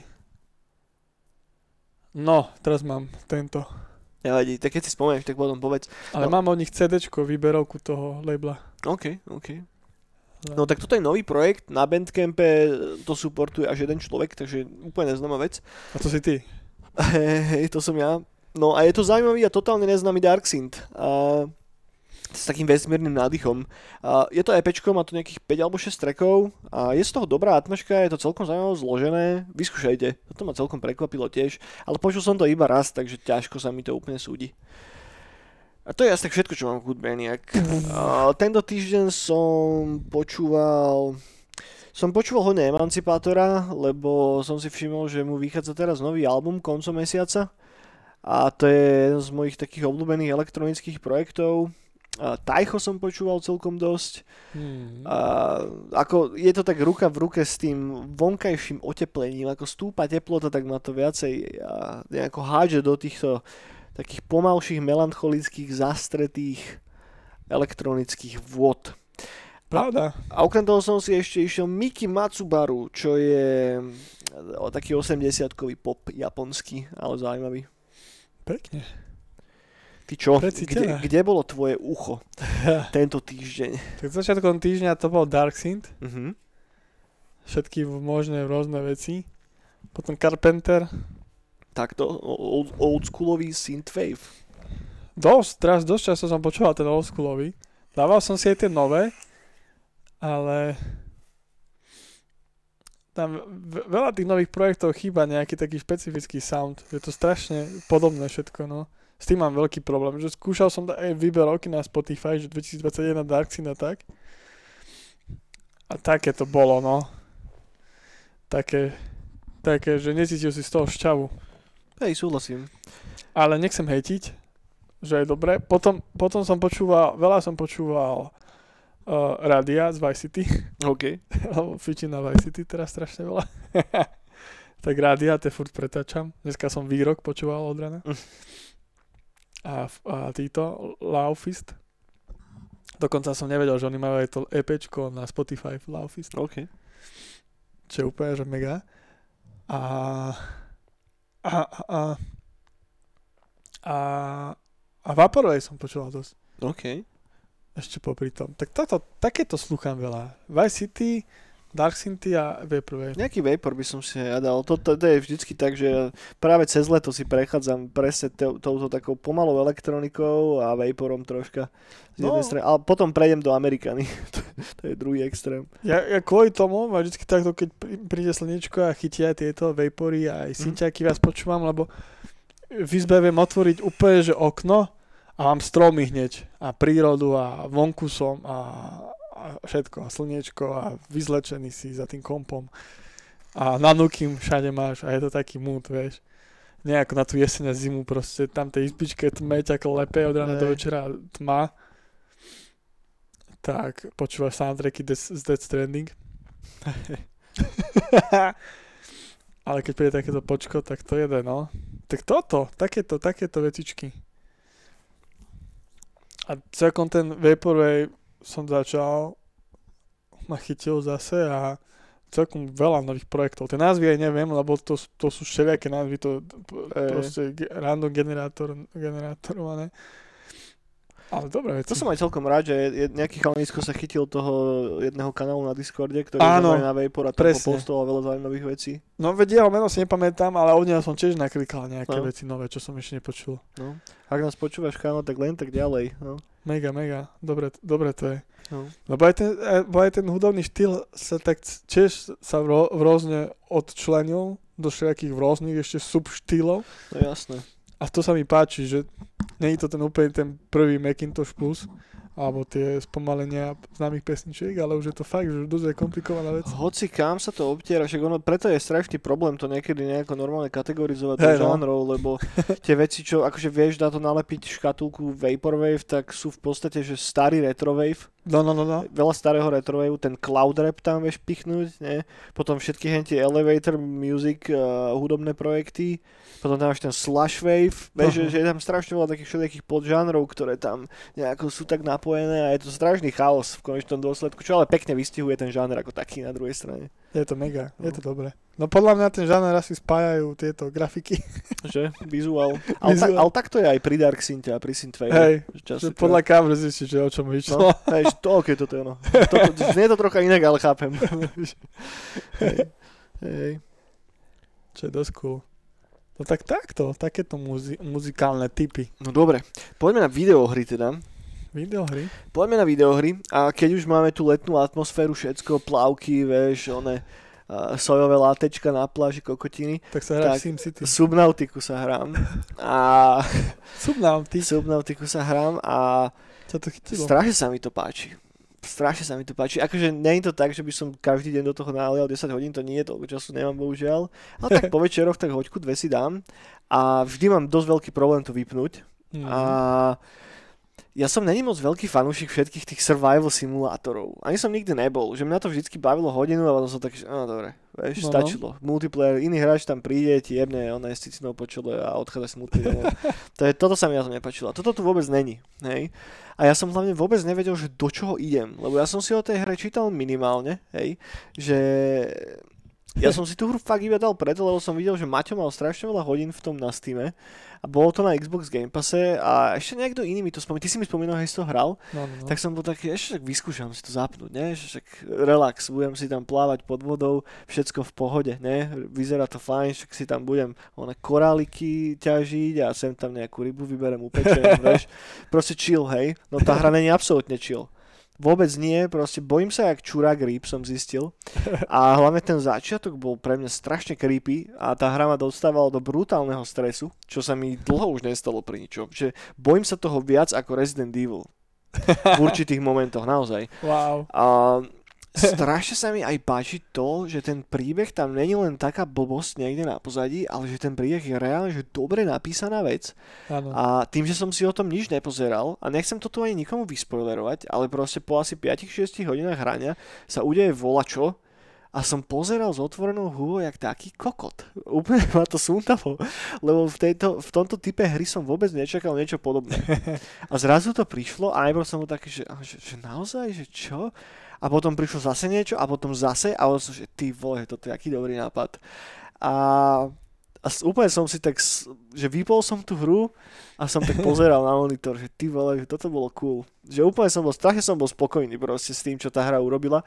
no, teraz mám tento. Nevadí, tak keď si spomenieš, tak potom povedz. Ale mám od nich CDčko, výberovku toho labela. OK. No tak toto je nový projekt, na Bandcampe to supportuje až jeden človek, takže úplne neznáma vec. A to si ty? Hej, to som ja. No a je to zaujímavý a totálne neznámy Dark Synth. S takým vesmírnym nádychom. Je to EPčko, má to nejakých 5 alebo 6 trackov a je z toho dobrá atmaška, je to celkom zaujímavé zložené. Vyskúšajte, toto ma celkom prekvapilo tiež, ale počul som to iba raz, takže ťažko sa mi to úplne súdi. A to je asi tak všetko, čo mám v hudbe nejak. Tento týždeň som počúval hodne Emancipátora, lebo som si všimol, že mu vychádza teraz nový album koncom mesiaca. A to je jeden z mojich takých obľúbených elektronických projektov. Tajcho som počúval celkom dosť. Ako je to tak ruka v ruke s tým vonkajším oteplením. Ako stúpa teplota, tak ma to viacej nejako hádže do týchto takých pomalších, melancholických, zastretých elektronických vôd. Pravda. A okrem toho som si ešte išiel Miki Matsubaru, čo je taký 80-kový pop japonský, ale zaujímavý. Pekne. Ty čo? Kde bolo tvoje ucho tento týždeň? Tak začiatkom týždňa to bol Dark Synth. Uh-huh. Všetky možné rôzne veci. Potom Carpenter. Takto, oldschoolový synthwave. Teraz dosť často som počúval ten oldschoolový. Dával som si aj tie nové, ale tam veľa tých nových projektov chýba nejaký taký špecifický sound. Je to strašne podobné všetko, no. S tým mám veľký problém, že skúšal som aj výberovky na Spotify, že 2021 Dark Synth a tak. A také to bolo, no. Také, že necítil si z toho šťavu. Hej, súhlasím. Ale nechcem hejtiť, že je dobre. Potom veľa som počúval rádia z Vice City. OK. Lebo fičím na Vice City teraz strašne veľa. Tak rádia, tie furt pretáčam. Dneska som výrok počúval od rana. A títo Laufist. Dokonca som nevedel, že oni majú aj to EPčko na Spotify Laufist. OK. Čo je úplne, že mega. A Vaporwave som počúval dosť. OK. Ešte popri tom. Tak takéto slúcham veľa. Vice City, Dark Synthy a Vaporwave. Nejaký Vapor by som si dal. To je vždycky tak, že práve cez leto si prechádzam presne touto takou pomalou elektronikou a Vaporom troška. Ale potom prejdem do Amerikany. To je druhý extrém. Ja kvôli tomu, vždycky takto, keď príde slnečko a chytia tieto Vapory a aj synťáky viac počúvam, lebo v izbe viem otvoriť úplne, že okno a mám stromy hneď a prírodu a vonku som a všetko, a slniečko a vyzlečený si za tým kompom a na nukým všade máš a je to taký mood, vieš. Nie ako na tú jeseň a zimu, proste tam tej izbičke tme ťa lepe od rána do večera tma. Tak počúvaš soundtracky z Death Stranding. Ale keď príde takéto počko, tak to jede, no. Tak takéto vecičky. A celkom ten Vaporwave som začal, ma chytil zase a celkom veľa nových projektov. Tie názvy aj neviem, lebo to sú všelijaké názvy, to proste random generátorované. Ale dobré veci. To som aj celkom rád, že nejaký chalanisko sa chytil toho jedného kanálu na Discorde, ktorý je na Vapor a tam postoval veľa zaujímavých vecí. No veď jeho meno si nepamätám, ale od neho som tiež naklikal nejaké veci nové, čo som ešte nepočul. No. Ak nás počúvaš, kámo, tak len tak ďalej. No. Mega. Dobre to je. No. Lebo aj ten hudobný štýl sa tak tiež sa rôzne odčlenil do všetkých rôznych ešte subštýlov. No jasné. A to sa mi páči, že nie je to úplne ten prvý Macintosh Plus, alebo tie spomalenia známych pesničiek, ale už je to fakt, že dosť komplikovaná vec. Hoci kam sa to obtiera, však ono, preto je strašný problém to niekedy nejako normálne kategorizovať do žánrov, lebo tie veci, čo akože vieš na to nalepiť škatulku Vaporwave, tak sú v podstate, že starý retrowave. No. Veľa starého retrowaveu, ten cloud rap tam vieš pichnúť, ne? Potom všetky hentie elevator music, hudobné projekty, potom tam máš ten slush wave, vieš, že je tam strašne veľa takých všetkých podžánrov, ktoré tam nejako sú tak napojené a je to strašný chaos v konečnom dôsledku, čo ale pekne vystihuje ten žáner ako taký na druhej strane. Je to mega, je to dobré. No podľa mňa ten žáner asi spájajú tieto grafiky. Že? Vizuál. Ale tak to je aj pri Dark Synth a pri Synthwave. Hej, že podľa cover zistíš, že o čom išlo. No, hej, okay, toto je ono. Nie je to trocha inak, ale chápem. Hej. Čo je dosť cool. No tak takto, takéto muzikálne typy. No dobre, poďme na videohry teda. Videohry? Poďme na videohry a keď už máme tú letnú atmosféru, všetko, plavky, vieš, sojové látečka na pláži, kokotiny. Tak sa hráš SimCity. Subnautiku sa hrám. Subnautiku sa hrám a čo to chytilo? Strašne sa mi to páči. Akože nie je to tak, že by som každý deň do toho nalial 10 hodín, to nie je, toľko času nemám bohužiaľ. Ale tak po večeroch tak hoďku, dve si dám a vždy mám dosť veľký problém to vypnúť. A ja som není moc veľký fanúšik všetkých tých survival simulátorov. Ani som nikdy nebol, že mňa to vždycky bavilo hodinu a potom som tak, že dobre, vieš, stačilo. Multiplayer, iný hráč tam príde, ti jebne, ona je s cicinou po čele a odchádza smutný domov. Toto sa mi na to nepáčilo. Toto tu vôbec není, hej. A ja som hlavne vôbec nevedel, že do čoho idem, lebo ja som si o tej hre čítal minimálne, hej, že ja som si tú hru fakt iba dal preto, lebo som videl, že Maťo mal strašne veľa hodín v tom na Steame a bolo to na Xbox Game Passe a ešte niekto iný mi to spomínal. Ty si mi spomínal, že si to hral, tak som bol taký, ešte tak vyskúšam si to zapnúť, ne? Však relax, budem si tam plávať pod vodou, všetko v pohode, ne? Vyzerá to fajn, však si tam budem koráliky ťažiť a sem tam nejakú rybu vyberem, upečem, vieš. Proste chill, hej? No tá hra není absolútne chill. Vôbec nie, proste bojím sa jak čurák rýb, som zistil. A hlavne ten začiatok bol pre mňa strašne creepy a tá hra ma dostávala do brutálneho stresu, čo sa mi dlho už nestalo pri ničom. Že bojím sa toho viac ako Resident Evil. V určitých momentoch, naozaj. Wow. Strašne sa mi aj páči to, že ten príbeh tam není len taká blbosť niekde na pozadí, ale že ten príbeh je reálne, že dobre napísaná vec. Ano. A tým, že som si o tom nič nepozeral, a nechcem to tu ani nikomu vyspoilerovať, ale proste po asi 5-6 hodinách hrania sa udeje volačo a som pozeral s otvorenou hubou jak taký kokot. Úplne ma to súntalo, lebo v tomto type hry som vôbec nečakal niečo podobné. A zrazu to prišlo a najprv som bol taký, že naozaj, že čo? A potom prišlo zase niečo a potom zase a som, že ty vole, toto je aký dobrý nápad. A úplne som si tak, že vypol som tú hru a som tak pozeral na monitor, že ty vole, že toto bolo cool. Že úplne strašne som bol spokojný proste s tým, čo tá hra urobila.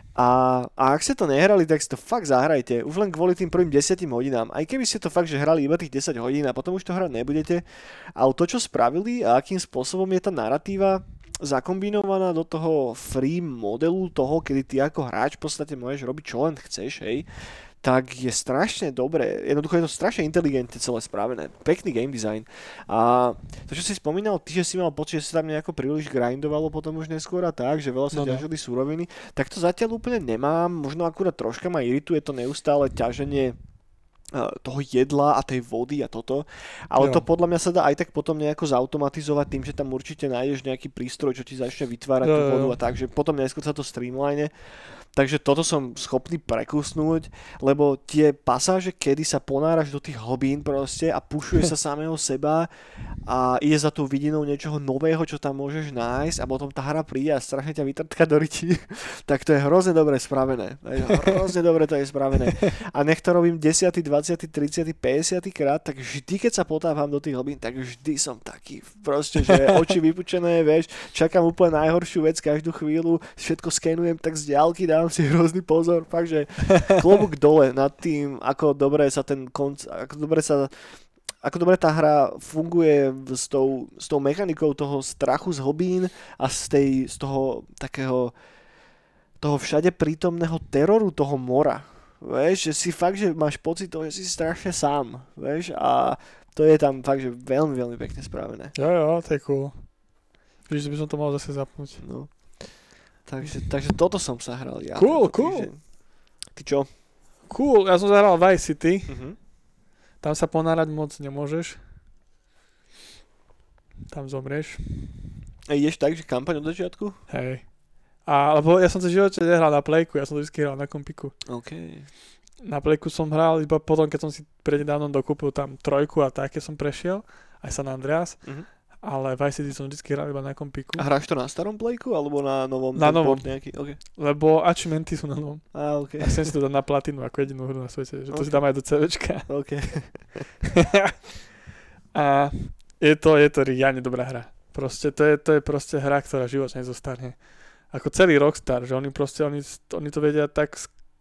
A ak ste to nehrali, tak si to fakt zahrajte. Už len kvôli tým prvým 10 hodinám. Aj keby ste to fakt, že hrali iba tých 10 hodín a potom už to hrať nebudete. Ale to, čo spravili a akým spôsobom je tá narratíva zakombinovaná do toho free modelu toho, kedy ty ako hráč v podstate môžeš robiť čo len chceš, hej, tak je strašne dobré. Jednoducho je to strašne inteligentne celé spravené. Pekný game design. A to, čo si spomínal, ty, že si mal pocit, že sa tam nejako príliš grindovalo potom už neskôr a tak, že veľa sa ťažili suroviny, tak to zatiaľ úplne nemám. Možno akurát troška ma irituje to neustále ťaženie toho jedla a tej vody a toto, ale to podľa mňa sa dá aj tak potom nejako zautomatizovať tým, že tam určite nájdeš nejaký prístroj, čo ti začne vytvárať tú vodu a tak, že potom neskôr sa to streamline. Takže toto som schopný prekusnúť, lebo tie pasáže, kedy sa ponáraš do tých hlbín proste a pušuje sa samého seba a ide za tou vidinou niečoho nového, čo tam môžeš nájsť a potom tá hra príde a strašne ťa vytrtka do ryti, tak to je hrozne dobre spravené. Hrozne dobre to je spravené. A nech to robím 10., 20., 30., 50. krát, tak vždy, keď sa potávam do tých hlbín, tak vždy som taký proste, že oči vypučené, vieš, čakám úplne najhoršiu vec každú chvíľu, všetko skenujem tak z diaľky, dávam si hrozný pozor, fakt, že klobúk dole nad tým, ako dobre sa ako dobre tá hra funguje s tou mechanikou toho strachu z hlbín a z toho takého toho všade prítomného teroru toho mora. Vieš, že si fakt, že máš pocit toho, že si strašne sám, vieš, a to je tam fakt, že veľmi, veľmi pekne spravené. Jo, to je cool. Víš, že by som to mal zase zapnúť. No. Takže toto som sa hral ja. Cool. Ty čo? Cool, ja som zahral Vice City. Uh-huh. Tam sa ponárať moc nemôžeš. Tam zomrieš. A ideš tak, že kampaň od začiatku? Hej. Lebo ja som sa v živote nehral na Playku, ja som to vždy hral na kompiku. OK. Na Playku som hral iba potom, keď som si prednedávnom dokúpil tam 3 a také som prešiel, aj San Andreas, ale Vice City som vždy hral iba na kompiku. A hráš to na starom Playku, alebo na novom? Na novom. Nejaký? Okay. Lebo achievementy sú na novom. OK. A chcem si to dať na platinu ako jedinú hru na svete, že to si dám aj do CVčka. OK. A je to riadne dobrá hra. Proste to je proste hra, ktorá život nezostane. Ako celý Rockstar, že oni to vedia tak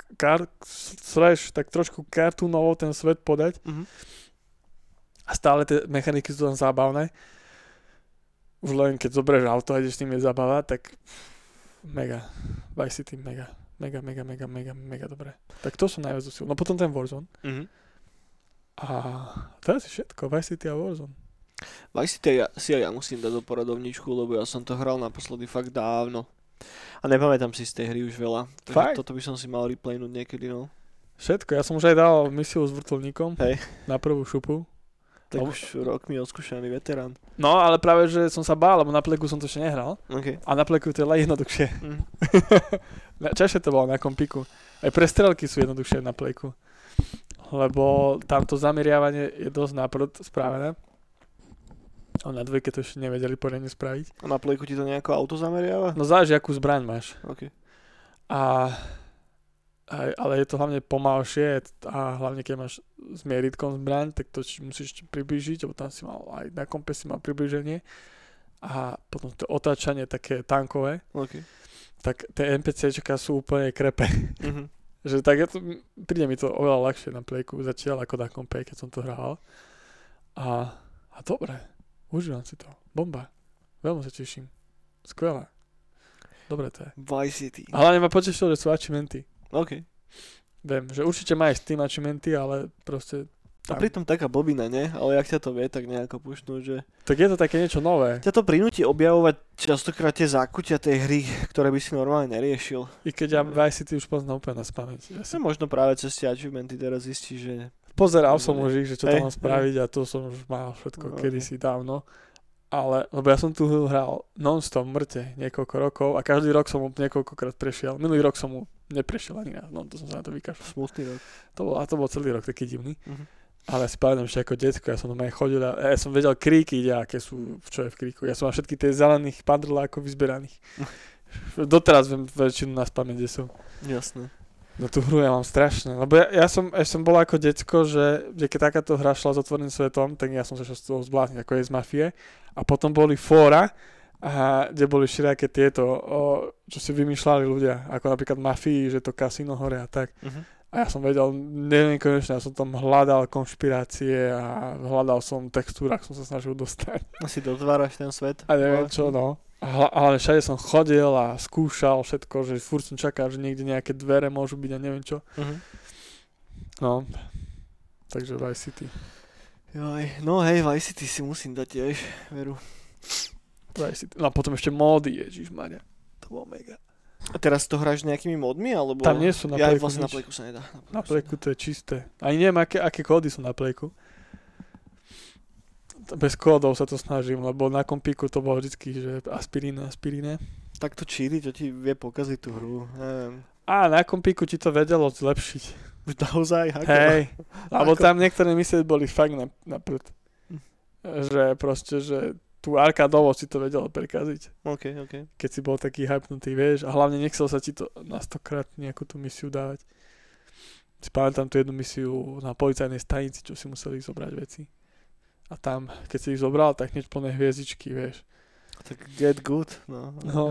tak trošku kartúnovo ten svet podať. A stále tie mechaniky sú tam zábavné. Už len keď zoberieš auto a ideš s tým je zabava, tak mega. Vice City mega dobré. Tak to som najviac usil. No potom ten Warzone. A to je asi všetko. Vice City a Warzone. Vice City si aj ja musím dať do poradovničku, lebo ja som to hral naposledy fakt dávno. A nepamätám si z tej hry už veľa. Takže toto by som si mal replaynúť niekedy, no. Všetko, ja som už aj dal misiu s vrtuľníkom. Hej. Na prvú šupu. Tak už rok mi odskúšaný veterán. No, ale práve, že som sa bál, lebo na Playku som to ešte nehral. Okay. A na Playku to je jednoduchšie. Čašie to bolo na kompiku. Aj prestrelky sú jednoduchšie na Playku. Lebo tamto zameriavanie je dosť naprd spravené. A na 2 to ešte nevedeli poriadne spraviť. A na Playku ti to nejako auto zameriava? No záleží, akú zbraň máš. Okay. Ale je to hlavne pomalšie a hlavne keď máš s mieritkom zbraň, tak to musíš priblížiť, lebo tam si mal aj na kompe si mal priblíženie. A potom to otáčanie také tankové. Okay. Tak tie NPCčka sú úplne krepe. Že tak príde mi to oveľa ľahšie na Playku zatiaľ ako na kompe, keď som to hral. A dobre. Užívam si to. Bomba. Veľmi sa teším. Skvelé. Dobre to je. Vice City. A hlavne ma potešilo, že sú achievementy. OK. Viem, že určite má aj Steam achievementy, ale proste... Tam... A pritom taká blbina, nie? Ale jak ťa to vie, tak nejako pušnúť, že... Tak je to také niečo nové. Ťa to prinúti objavovať častokrát tie zákutia tej hry, ktoré by si normálne neriešil. I keď ja Vice City už poznám úplne na spamäť. Ja možno práve cez tie achievementy teraz zistíš, že... Pozeral som už ich, že čo tam mám spraviť a to som už mal všetko kedysi dávno. Ale, lebo ja som tu hral non-stop mŕte niekoľko rokov a každý rok som mu niekoľkokrát prešiel. Minulý rok som mu neprešiel ani raz, no to som sa na to vykašľal. Smutný rok. To bol celý rok taký divný. Ale ja si pamätám ešte ako detsko, ja som doma chodil a ja som vedel kríky, aké sú, čo je v kríku. Ja som mal všetky tie zelených padrlákov vyzberaných. Doteraz viem väčšinu na spamäť, kde sú. Jasné. No tú hru ja mám strašne, lebo ja som bol ako decko, že keď takáto hra šla s otvoreným svetom, tak ja som sa šiel z toho zblázniť, ako je z Mafie. A potom boli fóra, kde boli všelijaké tieto, čo si vymýšľali ľudia, ako napríklad Mafii, že to kasíno hore a tak. A ja som vedel, neviem konečne, ja som tam hľadal konšpirácie a hľadal som textúrach, som sa snažil dostať. Asi dotváraš ten svet. A neviem čo, no. Ale všade som chodil a skúšal všetko, že furt som čakal, že niekde nejaké dvere môžu byť a neviem čo. No, takže Vice City. Joj, no hej, Vice City si musím dať tiež, veru. Vice City. No a potom ešte módy, ježišmarja. To bolo mega. A teraz to hráš nejakými modmi, alebo... Tam nie sú na Playku vlastne na Playku sa nedá. Na Playku to je čisté. Ani neviem, aké kódy sú na Playku. Bez kódov sa to snažím, lebo na kompíku to bolo vždycky, že aspiríne. Tak to cheaty, to ti vie pokaziť tú hru, neviem. A na kompíku ti to vedelo zlepšiť. Naozaj? Hej, lebo tam niektoré misie boli fakt na prd. Že proste, že tú arkádovo si to vedelo prekaziť. OK. Keď si bol taký hypnutý, vieš, a hlavne nechcel sa ti to na 100-krát nejakú tú misiu dávať. Si pamätám tú jednu misiu na policajnej stanici, čo si museli zobrať veci. A tam, keď si ich zobral, tak hneď plné hviezdičky, vieš. Tak get good, no.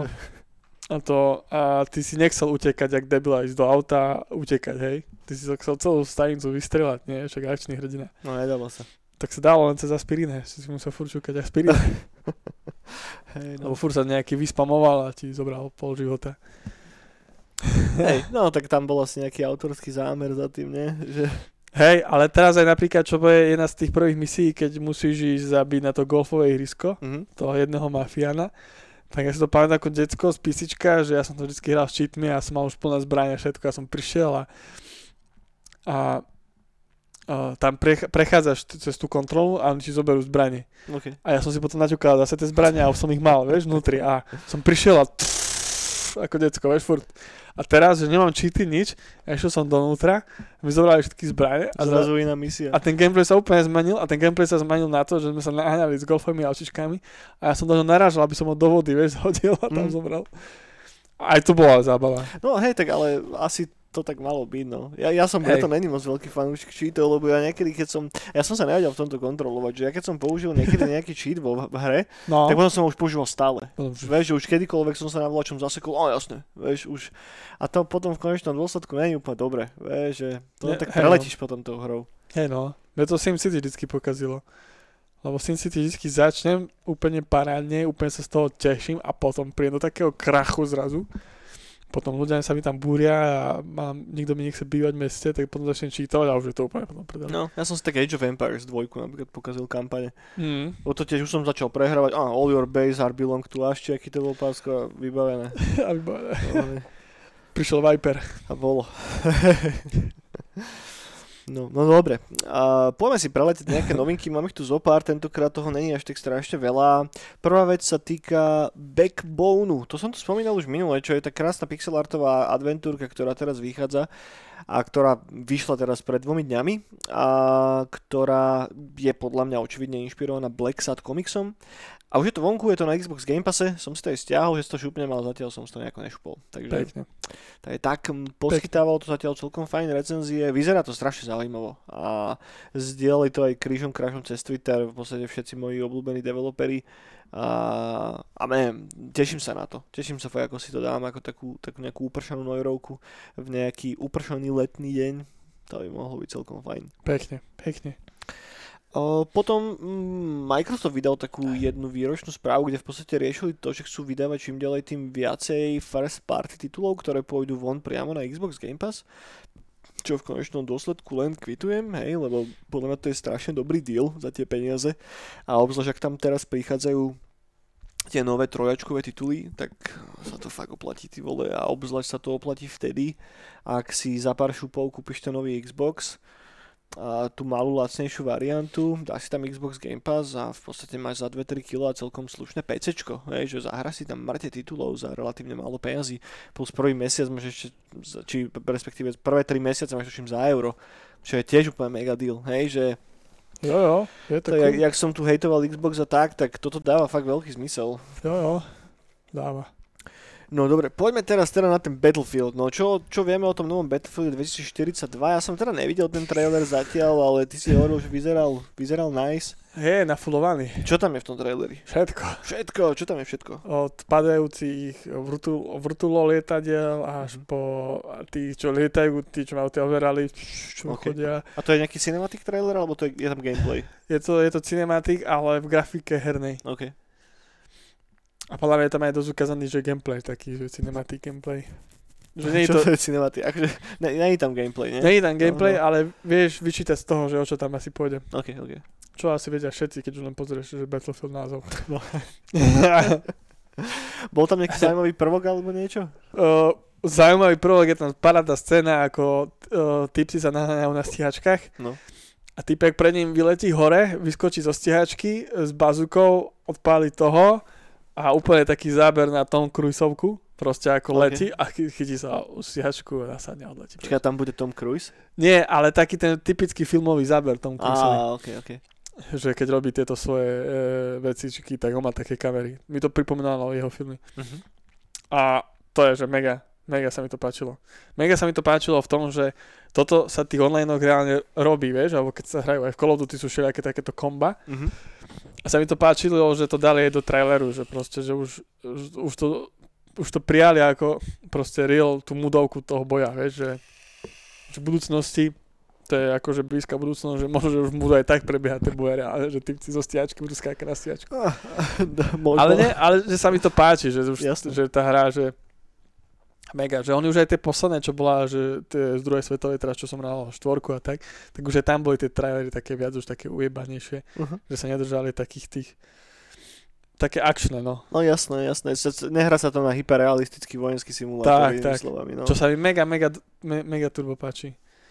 A ty si nechcel utekať, jak debila, ísť do auta a utekať, hej. Ty si chcel celú stanicu vystrelať, nie? Však akčný hrdina. No, nedalo sa. Tak sa dalo len cez aspirín, si musel furt šúkať aspirín. Hej, Lebo furt sa nejaký vyspamoval a ti zobral pol života. Hej, no tak tam bol asi nejaký autorský zámer za tým, nie? Že... Hej, ale teraz aj napríklad, čo bude jedna z tých prvých misií, keď musíš ísť zabiť na to golfové ihrisko, toho jedného mafiána, tak ja si to pamätám ako decko z písička, že ja som to vždy hral s cheatmi a som mal už plné zbrania, všetko, ja som prišiel a tam prechádzaš cez tú kontrolu a oni ti zoberú zbranie. Okay. A ja som si potom naťukal zase tie zbrania a už som ich mal, vieš, vnútri a som prišiel a ako decko, vieš, furt. A teraz, že nemám cheaty, nič, ja išiel som donútra, my zobrali všetky zbrane a zrazu iná misia. A ten gameplay sa úplne zmenil a ten gameplay sa zmenil na to, že sme sa naháňali s golfovými autičkami a ja som do neho narážal, aby som ho do vody, vieš, hodil a tam zobral. Aj to bola zábava. No hej, tak ale asi to tak malo byť, no. Ja som preto není moc veľký fanúšik cheatov, lebo ja niekedy, ja som sa nevedel v tomto kontrolovať, že ja keď som použil niekedy nejaký cheat vo hre, tak potom som ho už používal stále. Vieš, že už kedykoľvek som sa na volačom zasekol, jasne, vieš, už. A to potom v konečnom dôsledku není úplne dobre, vieš, že to tak preletíš potom tou hrou. Hej no, mňa to SimCity vždycky pokazilo. Lebo SimCity vždycky začnem úplne parádne, úplne sa z toho teším a potom príjem do takého krachu zrazu. Potom ľudia sa mi tam búria a nikto mi nechce bývať v meste, tak potom začnem čítovať a už je to úplne potom predali. No, ja som si tak Age of Empires 2 napríklad pokazil kampane. O to tiež už som začal prehrávať, all your base are belong to us, či aký to bol pásko, vybavené. A vybavené. No, prišiel Viper. A bolo. No dobre. Poďme si preletieť nejaké novinky, mám ich tu zopár, tentokrát toho není až tak strašne veľa. Prvá vec sa týka Backboneu. To som tu spomínal už minule, čo je tá krásna pixelartová adventúrka, ktorá teraz vychádza a ktorá vyšla teraz pred 2 dňami a ktorá je podľa mňa očividne inšpirovaná Black Sad komiksom. A už je to vonku, je to na Xbox Game Passe, som si to aj stiahol, že si to šupnem, ale zatiaľ som si to nejako nešupol. Takže tak poskytávalo to zatiaľ celkom fajn recenzie, vyzerá to strašne zaujímavo a zdieľali to aj krížom krážom cez Twitter, v podstate všetci moji obľúbení developeri a teším sa na to, fakt, ako si to dám, ako takú nejakú upršanú nojrovku v nejaký upršaný letný deň, to by mohlo byť celkom fajn. Pekne. Potom Microsoft vydal takú jednu výročnú správu, kde v podstate riešili to, že chcú vydávať čím ďalej tým viacej first party titulov, ktoré pôjdu von priamo na Xbox Game Pass, čo v konečnom dôsledku len kvitujem, hej, lebo podľa mňa to je strašne dobrý deal za tie peniaze a obzvlášť ak tam teraz prichádzajú tie nové trojačkové tituly, tak sa to fakt oplatí, ty vole, a obzvlášť sa to oplatí vtedy, ak si za pár šupov kúpiš ten nový Xbox a tú malú lacnejšiu variantu, dáš si tam Xbox Game Pass a v podstate máš za 2-3 kg celkom slušné PCčko, že zahra si tam mŕte titulov za relatívne málo peňazí, plus prvý mesiac máš ešte, či respektíve prvé 3 mesiace máš tuším za euro, čo je tiež úplne mega deal, že Jo, je to cool. Jak som tu hejtoval Xbox a tak toto dáva fakt veľký zmysel. Jo, dáva. No dobre, poďme teraz na ten Battlefield. No čo vieme o tom novom Battlefield 2042? Ja som teda nevidel ten trailer zatiaľ, ale ty si hovoril, že vyzeral nice. Je nafulovaný. Čo tam je v tom traileri? Všetko. Čo tam je všetko? Od padajúcich vrtulo lietadiel až po tí, čo lietajú, tí, čo majú tie overally, čo chodia. A to je nejaký cinematic trailer, alebo je tam gameplay? Je to cinematic, ale v grafike hernej. OK. A podľa mňa je tam aj dosť ukázaný, že gameplay taký, že cinematic gameplay. Že nie čo to je cinematic? Akože, nie je tam gameplay, nie? Nie je tam gameplay, ale vieš vyčítať z toho, že o čo tam asi pôjde. OK. Čo asi vedia všetci, keď už len pozrieš, že Battlefield názov. No. Bol tam nejaký zaujímavý prvok alebo niečo? Zaujímavý prvok je tam parádna scéna, ako typci sa naháňajú na stíhačkách. No. A typek pred ním vyletí hore, vyskočí zo stíhačky s bazukou, odpáli toho a úplne taký záber na Tom Cruiseovku, Proste ako letí a chytí sa stíhačku a nasadne a odletí. Čiže tam bude Tom Cruise? Nie, ale taký ten typický filmový záber Tom Cruiseovi. Okay. Že keď robí tieto svoje vecičky, tak on má také kamery. Mi to pripomínalo jeho filmy. Uh-huh. A to je, že mega sa mi to páčilo. Mega sa mi to páčilo v tom, že toto sa tých online reálne robí, vieš, alebo keď sa hrajú aj v Call of Duty sú všelijaké takéto komba. Uh-huh. A sa mi to páčilo, že to dali aj do traileru, že proste, že už to prijali ako proste real tú mudovku toho boja, vieš, že v budúcnosti to je akože blízka budúcnosť, že možno, že už budú aj tak prebiehať tie boje reálne, že typci zo stiačky budú skákať na stiačku. Ale že sa mi to páči, že tá hra, že mega, že oni už aj tie posledné, čo bola, že tie z druhej svetovej, teraz čo som hral 4 a tak už aj tam boli tie trailery také viac už také ujebanejšie, že sa nedržali takých tých také akčné, no. No jasné. Nehrá sa to na hyperrealistický vojenský simulátor, tak. Slovami, no. Čo sa mi mega turbo páči.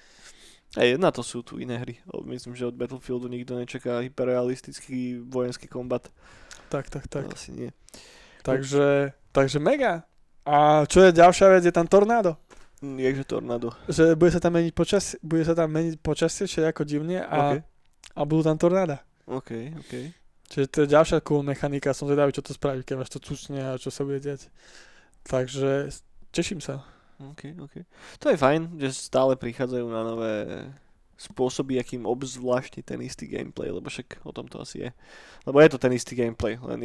Na to sú tu iné hry. Myslím, že od Battlefieldu nikto nečaká hyperrealistický vojenský kombat. Tak. Asi nie. Takže mega. A čo je ďalšia vec, je tam tornádo. Jakže tornádo? Že bude sa tam meniť počasie, všetko divne a budú tam tornáda. OK. Čiže to je ďalšia cool mechanika, som zvedavý, čo to spraví, keď máš to cucne a čo sa bude diať. Takže teším sa. OK. To je fajn, že stále prichádzajú na nové spôsoby, akým obzvlášti ten istý gameplay, lebo však o tom to asi je. Lebo je to ten istý gameplay, len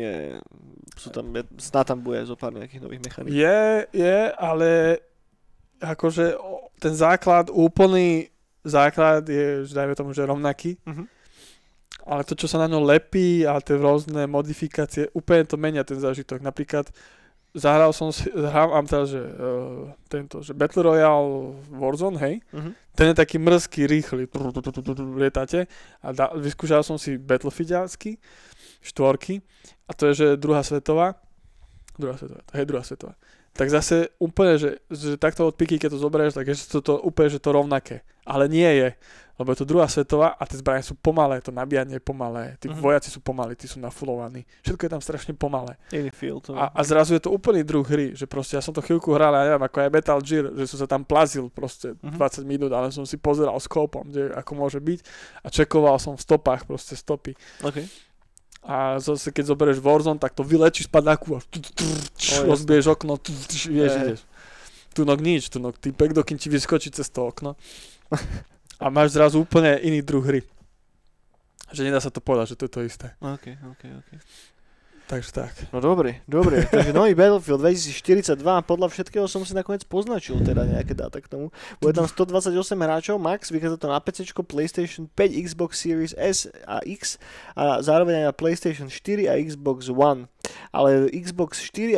snáď tam bude zo pár nejakých nových mechaník. Je, ale akože ten úplný základ je, že dajme tomu, že rovnaký. Uh-huh. Ale to, čo sa na ňo lepí a tie rôzne modifikácie, úplne to menia ten zážitok. Napríklad hrám teraz, že Battle Royale Warzone, hej? Uh-huh. Ten je taký mrzký, rýchly, lietate a vyskúšal som si Battlefieldácky, 4, a to je, že druhá svetová. Tak zase úplne, že takto od piky, keď to zoberieš, tak je to úplne, že to rovnaké. Ale nie je, lebo je to druhá svetová a tie zbrane sú pomalé, to nabíjanie je pomalé, tí vojaci sú pomalí, tí sú nafulovaní, všetko je tam strašne pomalé. A zrazu je to úplný druh hry, že proste ja som to chvíľku hral, ja neviem, ako aj Metal Gear, že som sa tam plazil proste 20 minút, ale som si pozeral skopom, kde ako môže byť a čekoval som v stopách proste stopy. Okay. A zase keď zoberieš Warzone, tak to vylečíš z padáku a rozbiješ okno, vieš. Tunok nič, ty pekdokým ti vyskočí cez to okno. A máš zrazu úplne iný druh hry. Že nedá sa to povedať, že to je to isté. OK. Takže tak. No dobre. Takže nový Battlefield 2042, podľa všetkého som si nakoniec poznačil teda nejaké dáta k tomu. Bude tam 128 hráčov max, vychádza to na PC, PlayStation 5, Xbox Series S a X a zároveň aj na PlayStation 4 a Xbox One. Ale Xbox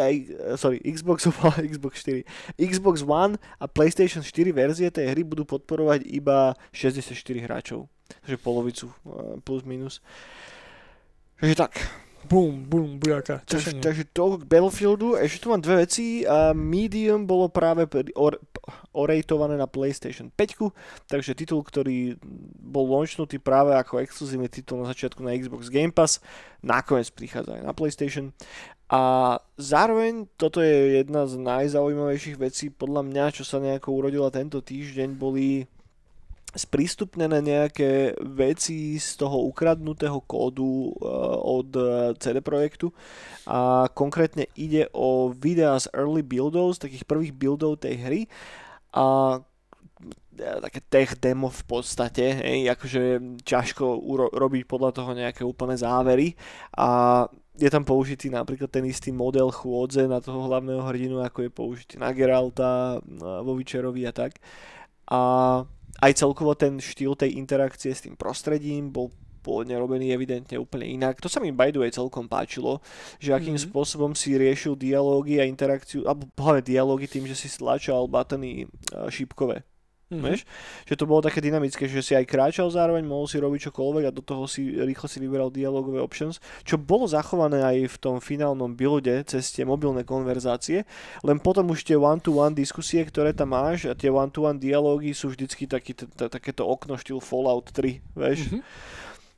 One a PlayStation 4 verzie tej hry budú podporovať iba 64 hráčov. Takže polovicu plus minus. Takže tak. Bum, bujaká. Takže toľko k Battlefieldu. Ešte tu mám dve veci. Medium bolo práve orejtované na PlayStation 5, takže titul, ktorý bol launchnutý práve ako exkluzívny titul na začiatku na Xbox Game Pass, nakoniec prichádza aj na PlayStation. A zároveň toto je jedna z najzaujímavejších vecí podľa mňa, čo sa nejako urodila tento týždeň, boli sprístupnené nejaké veci z toho ukradnutého kódu od CD Projektu a konkrétne ide o videá z early buildov, z takých prvých buildov tej hry a také tech demo v podstate, akože ťažko robiť podľa toho nejaké úplné závery a je tam použitý napríklad ten istý model chôdze na toho hlavného hrdinu, ako je použitý na Geralta, vo Witcherovi a tak. A aj celkovo ten štýl tej interakcie s tým prostredím bol pôvodne robený evidentne úplne inak. To sa mi by the way celkom páčilo, že akým spôsobom si riešil dialógy a interakciu, alebo hlavne dialógy tým, že si stlačal batony šípkové. Vieš? Že to bolo také dynamické, že si aj kráčal zároveň, mohol si robiť čokoľvek a do toho si rýchlo si vyberal dialogové options, čo bolo zachované aj v tom finálnom builde cez tie mobilné konverzácie, len potom už tie one-to-one diskusie, ktoré tam máš a tie one-to-one dialógy sú vždycky takéto okno štýl Fallout 3, vieš?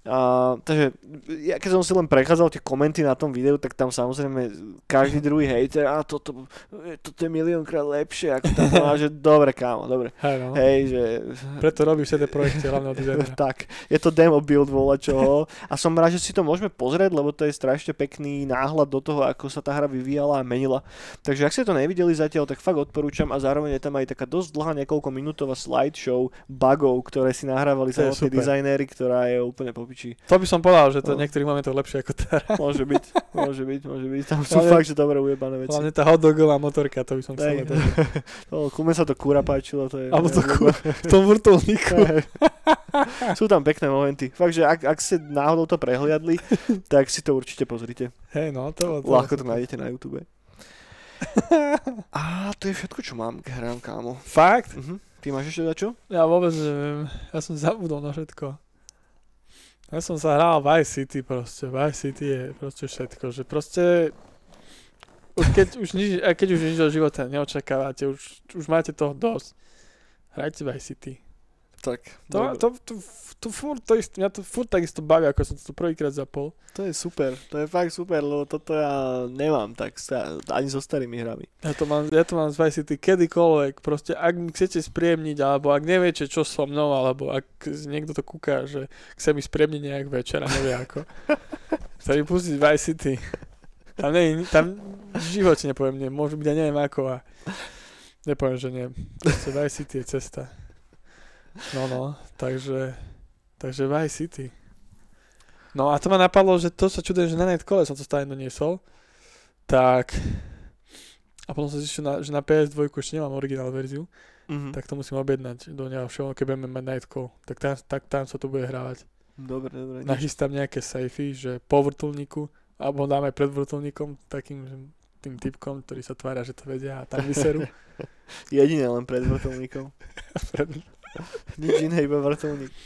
Takže ja keď som si len prechádzal tie komenty na tom videu, tak tam samozrejme každý druhý hejter, toto je miliónkrát lepšie ako tam, že dobre kámo, dobre. Hej, že... Preto robíš všetné projekty hlavného dizajnera. Tak, je to demo build volačoho a som rád, že si to môžeme pozrieť, lebo to je strašne pekný náhľad do toho, ako sa tá hra vyvíjala a menila. Takže ak ste to nevideli zatiaľ, tak fakt odporúčam a zároveň je tam aj taká dosť dlhá niekoľkominútová slideshow bugov, ktoré si nahrávali samotní dizajnéri, ktorá je úplne popičí. To by som povedal, že to niektorých máme to lepšie ako tá. Môže byť. Tam sú fakt, že dobre ujebané veci. Hlavne tá hotdogová motorka, to by som chcel. Kúme sa to kúra páčilo. To je, alebo to v tom vrtuľníku. Sú tam pekné momenty. Fakt, že ak ste náhodou to prehliadli, tak si to určite pozrite. Hej, no, to ľahko to nájdete na YouTube. A to je všetko, čo mám k hrám, kámo. Fakt? Ty máš ešte dačo? Ja vôbec neviem. Ja som zabudol na všetko. Ja som sa hral Vice City proste. Vice City je proste všetko. Že proste... Keď už nič do života neočakávate, už máte toho dosť. Hrajte Vice City. Tak. To furt to isté, mňa to furt takisto baví, ako som to prvýkrát zapol. To je super, to je fakt super, lebo toto ja nemám tak ani so starými hrami. Ja to mám z Vice City kedykoľvek, proste ak mi chcete spríjemniť, alebo ak neviete čo so mnou, alebo ak niekto to kúka, že chce mi spríjemniť nejak večer a nevie ako, sa mi pustiť Vice City. Tam v živote nepoviem nie, môže byť, ja neviem ako a nepoviem, že nie. Proste Vice City je cesta. No, takže Vice City. No a to ma napadlo, že to sa čudujem, že na Nightkole som to stále doniesol. Tak a potom som zistil, že na PS2 ešte nemám originál verziu, tak to musím objednať do ďalšieho, keď budeme mať Nightcall. Tak tam sa to bude hrávať. Dobre. Nachystám nejaké safey, že po vrtuľníku, alebo dáme pred vrtuľníkom takým tým typkom, ktorý sa tvária, že to vedia a tam vyserú. Jedine len pred vrtuľníkom. Nič iné, iba vrtuľník.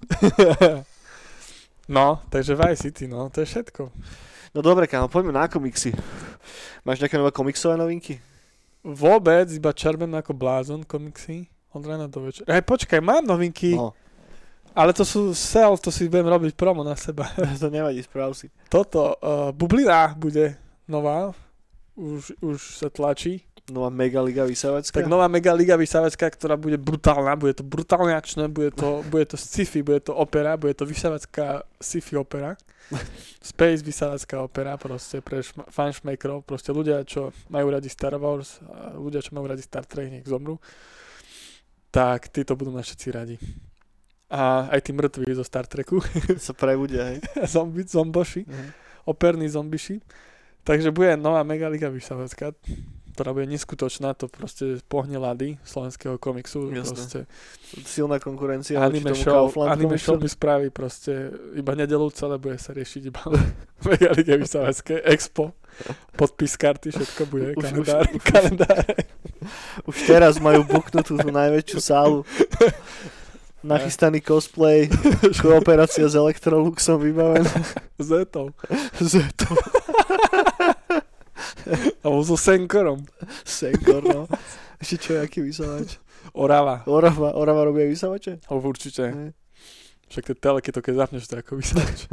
No, takže Vice City, no, to je všetko. No dobre, kámo, poďme na komiksy. Máš nejaké nové komiksové novinky? Vôbec, iba čerpem ako blázon komiksy od rána do večera. Hej, počkaj, mám novinky, ale to sú to si budem robiť promo na seba. To nevadí, správ si. Toto, Bublina bude nová, už sa tlačí. Nová Megaliga vysávacká? Tak nová Megaliga vysávacká, ktorá bude brutálna, bude to brutálne akčné, bude to sci-fi, bude to opera, bude to vysávacká sci-fi opera. Space vysávacká opera, proste pre fanšmakerov, proste ľudia, čo majú radi Star Wars, a ľudia, čo majú radi Star Trek, nech zomrú, tak títo budú na všetci radi. A aj tí mŕtvi zo Star Treku. Sa prebudia, hej? Zomboši, operní zombiši. Takže bude nová Megaliga vysávacká, ktorá bude neskutočná, to proste pohne lady slovenského komiksu. Proste. Silná konkurencia. Anime show mi spraví proste iba nedeľu celé bude sa riešiť iba Megalige vysávacké, Expo, podpis karty, všetko bude, kalendáre. Už teraz majú buknutú tú najväčšiu sálu. Nachystaný cosplay, kooperácia s Electroluxom vybavená. Zetou. Alebo so Senkorom. Senkor, no. Ešte čo, aký vysávač? Orava robí aj vysávače? Určite. Však tie teleky to keď zapneš, to ako vysávač.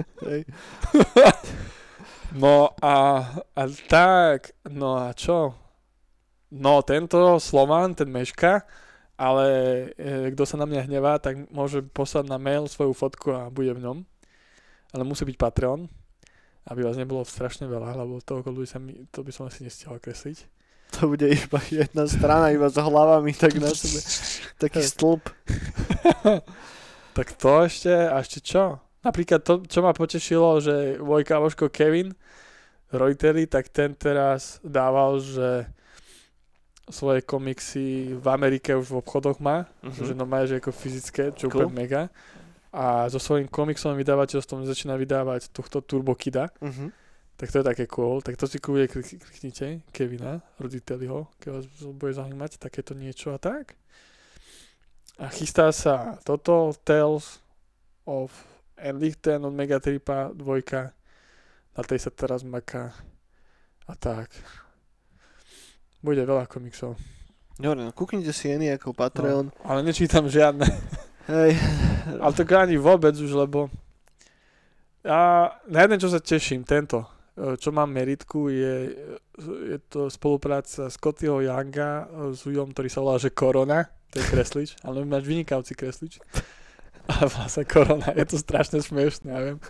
No a tak, no a čo? No tento Slovan, ten meška, ale kto sa na mňa hnevá, tak môže poslať na mail svoju fotku a bude v ňom. Ale musí byť Patreon, aby vás nebolo strašne veľa, lebo toľko ľudí to by som asi nestihol kresliť. To bude iba jedna strana, iba s hlavami tak na sebe. Taký stĺp. Tak to ešte, a ešte čo? Napríklad to, čo ma potešilo, že môj kamoško Kevin Reuteri, tak ten teraz dával, že svoje komiksy v Amerike už v obchodoch má, že normálne, že ako fyzické, čo úplne mega. A so svojím komiksovým vydavateľstvom začína vydávať tohto Turbo Kida. Tak to je také cool. Tak to si kliknite Kevina Roditelliho, keď vás bude zaujímať takéto niečo a tak. A chystá sa toto Tales of Enlichten od Megatripa 2. Na tej sa teraz maká. A tak. Bude veľa komiksov. Dobre, no kúknite si Eny ako Patreon. No, ale nečítam žiadne. Hej. Ale to ani vôbec už, lebo A na jeden, čo sa teším, tento, čo mám meritku, je to spolupráca Scottyho Younga s Ujom, ktorý sa volá, že Korona, to je kreslič, ale máš vynikajúci kreslič. A vlastne Korona, je to strašne smiešné, ja viem.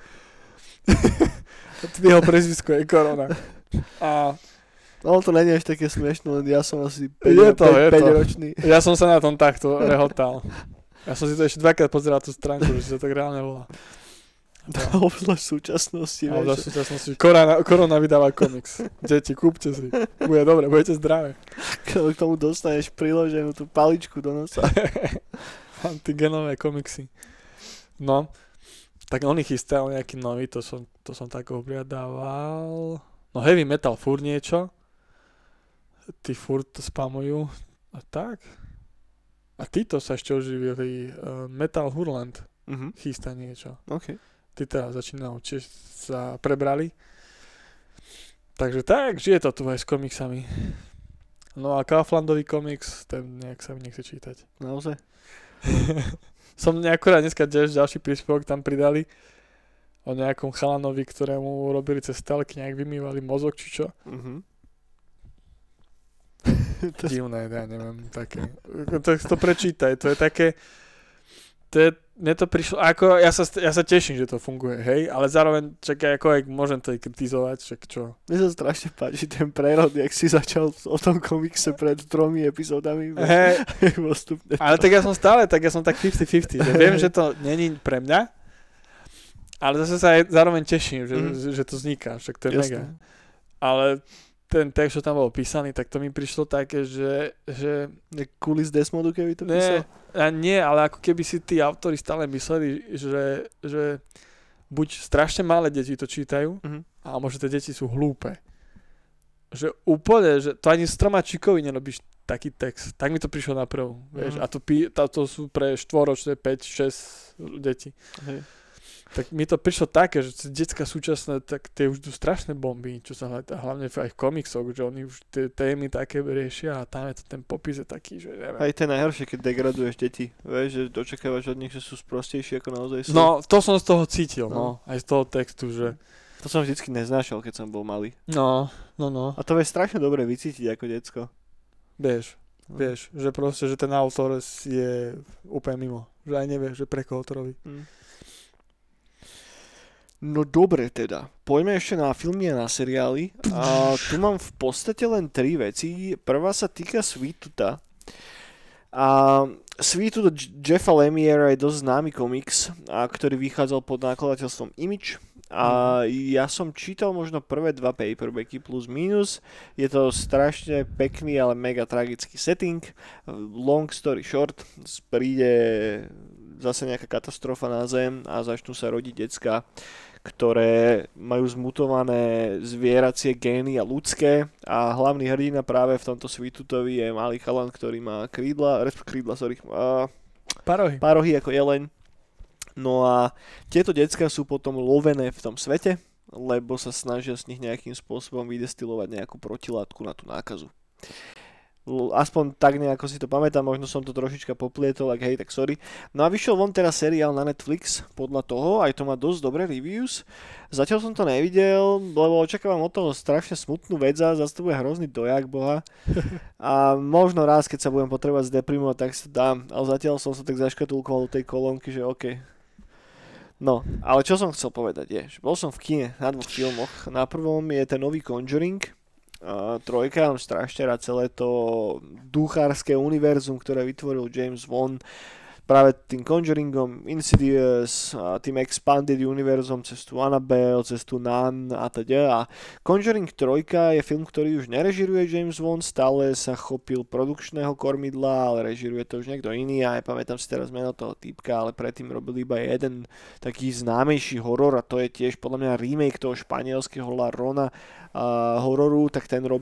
Jeho prezvisko je Korona. A no to není až také smiešné, len ja som asi 5 ročný. Ja som sa na tom takto rehotal. Ja som si to ešte dvakrát pozeral tú stránku, že sa tak reálne volá. Obzvlášť v súčasnosti. Obzvlášť v súčasnosti. Korona vydáva komiks. Deti, kúpte si. Bude dobre, budete zdravé. K tomu dostaneš priloženú tú paličku do nosa. Antigenové komiksy. No, tak oni chystajú nejaký nový, to som tak obliadával. No Heavy Metal furt niečo. Tí furt to spamujú. A tak. A títo sa ešte oživili. Metal Hurland chystá niečo. Okay. Tí teraz začínajú, čiže sa prebrali. Takže tak, žije to tu aj s komiksami. No a Kauflandový komiks, ten nejak sa mi nechce čítať. Naozaj? Som akurát dneska ďalší príspevok tam pridali o nejakom chalanovi, ktorému robili cez telky, nejak vymývali mozog, či čo. Divné, ja neviem, také. To prečítaj, to je také, mne to prišlo, ako ja sa teším, že to funguje, hej, ale zároveň, čakaj, ako aj môžem to aj kritizovať, čak čo. Mne sa strašne páči ten prerod, jak si začal o tom komikse pred 3 epizódami. Hej, ale tak ja som tak 50-50, že viem, že to není pre mňa, ale zase sa aj zároveň teším, že to vzniká, však to je mega. Ale ten text, čo tam bol písaný, tak to mi prišlo také, že kulis Desmondu, keby to písal? Nie, ale ako keby si tí autori stále mysleli, že buď strašne malé deti to čítajú, a možno tie deti sú hlúpe. Že úplne, že to ani s 3 číkovi nerobíš taký text. Tak mi to prišlo na prv, vieš, a to sú pre 4-ročné, 5-6 deti. Tak mi to prišlo také, že detská súčasné, tak tie už sú strašné bomby, čo sa hlavne aj v komiksoch, že oni už tie témy také riešia a tam je to ten popis je taký, že neviem. Aj to je najhoršie, keď degraduješ deti, vieš, že očakávaš od nich, že sú sprostejší ako naozaj sú. No, to som z toho cítil, aj z toho textu, že... To som vždycky neznášal, keď som bol malý. No. A to je strašne dobre vycítiť ako decko. Vieš, že proste, že ten autor je úplne mimo, že aj nevieš, že pre koho to robí. No dobre teda, poďme ešte na filmy a na seriály. A tu mám v podstate len 3 veci. Prvá sa týka Sweet Tootha. A Sweet Tooth Jeffa Lemmiera je dosť známy komiks, ktorý vychádzal pod nákladateľstvom Image. A ja som čítal možno prvé 2 paperbacky plus minus. Je to strašne pekný, ale mega tragický setting. Long story short, príde zase nejaká katastrofa na Zem a začnú sa rodiť decká, ktoré majú zmutované zvieracie gény a ľudské a hlavný hrdina práve v tomto Sweet Toothovi je malý chalan, ktorý má parohy ako jeleň. No a tieto decká sú potom lovené v tom svete, lebo sa snažia z nich nejakým spôsobom vydestilovať nejakú protilátku na tú nákazu. Aspoň tak nejako si to pamätám, možno som to trošička poplietol, ak hej, tak sorry. No a vyšiel von teraz seriál na Netflix podľa toho, aj to má dosť dobré reviews. Zatiaľ som to nevidel, lebo očakávam od toho strašne smutnú vec a zase to bude hrozný dojak boha. A možno raz, keď sa budem potrebovať zdeprimovať, tak sa dám, ale zatiaľ som sa tak zaškatulkoval do tej kolónky, že OK. No, ale čo som chcel povedať je, že bol som v kine na 2 filmoch. Na prvom je ten nový Conjuring, 3, mám strašne rád celé to duchárske univerzum, ktoré vytvoril James Wan práve tým Conjuringom, Insidious, tým Expanded univerzum cez tú Annabelle, cez tú Nun a teda. A Conjuring 3 je film, ktorý už nerežiruje James Wan, stále sa chopil produkčného kormidla, ale režiruje to už niekto iný a ja pamätám si teraz meno toho týpka, ale predtým robil iba jeden taký známejší horor a to je tiež podľa mňa remake toho španielského La Rona hororu, tak ten robil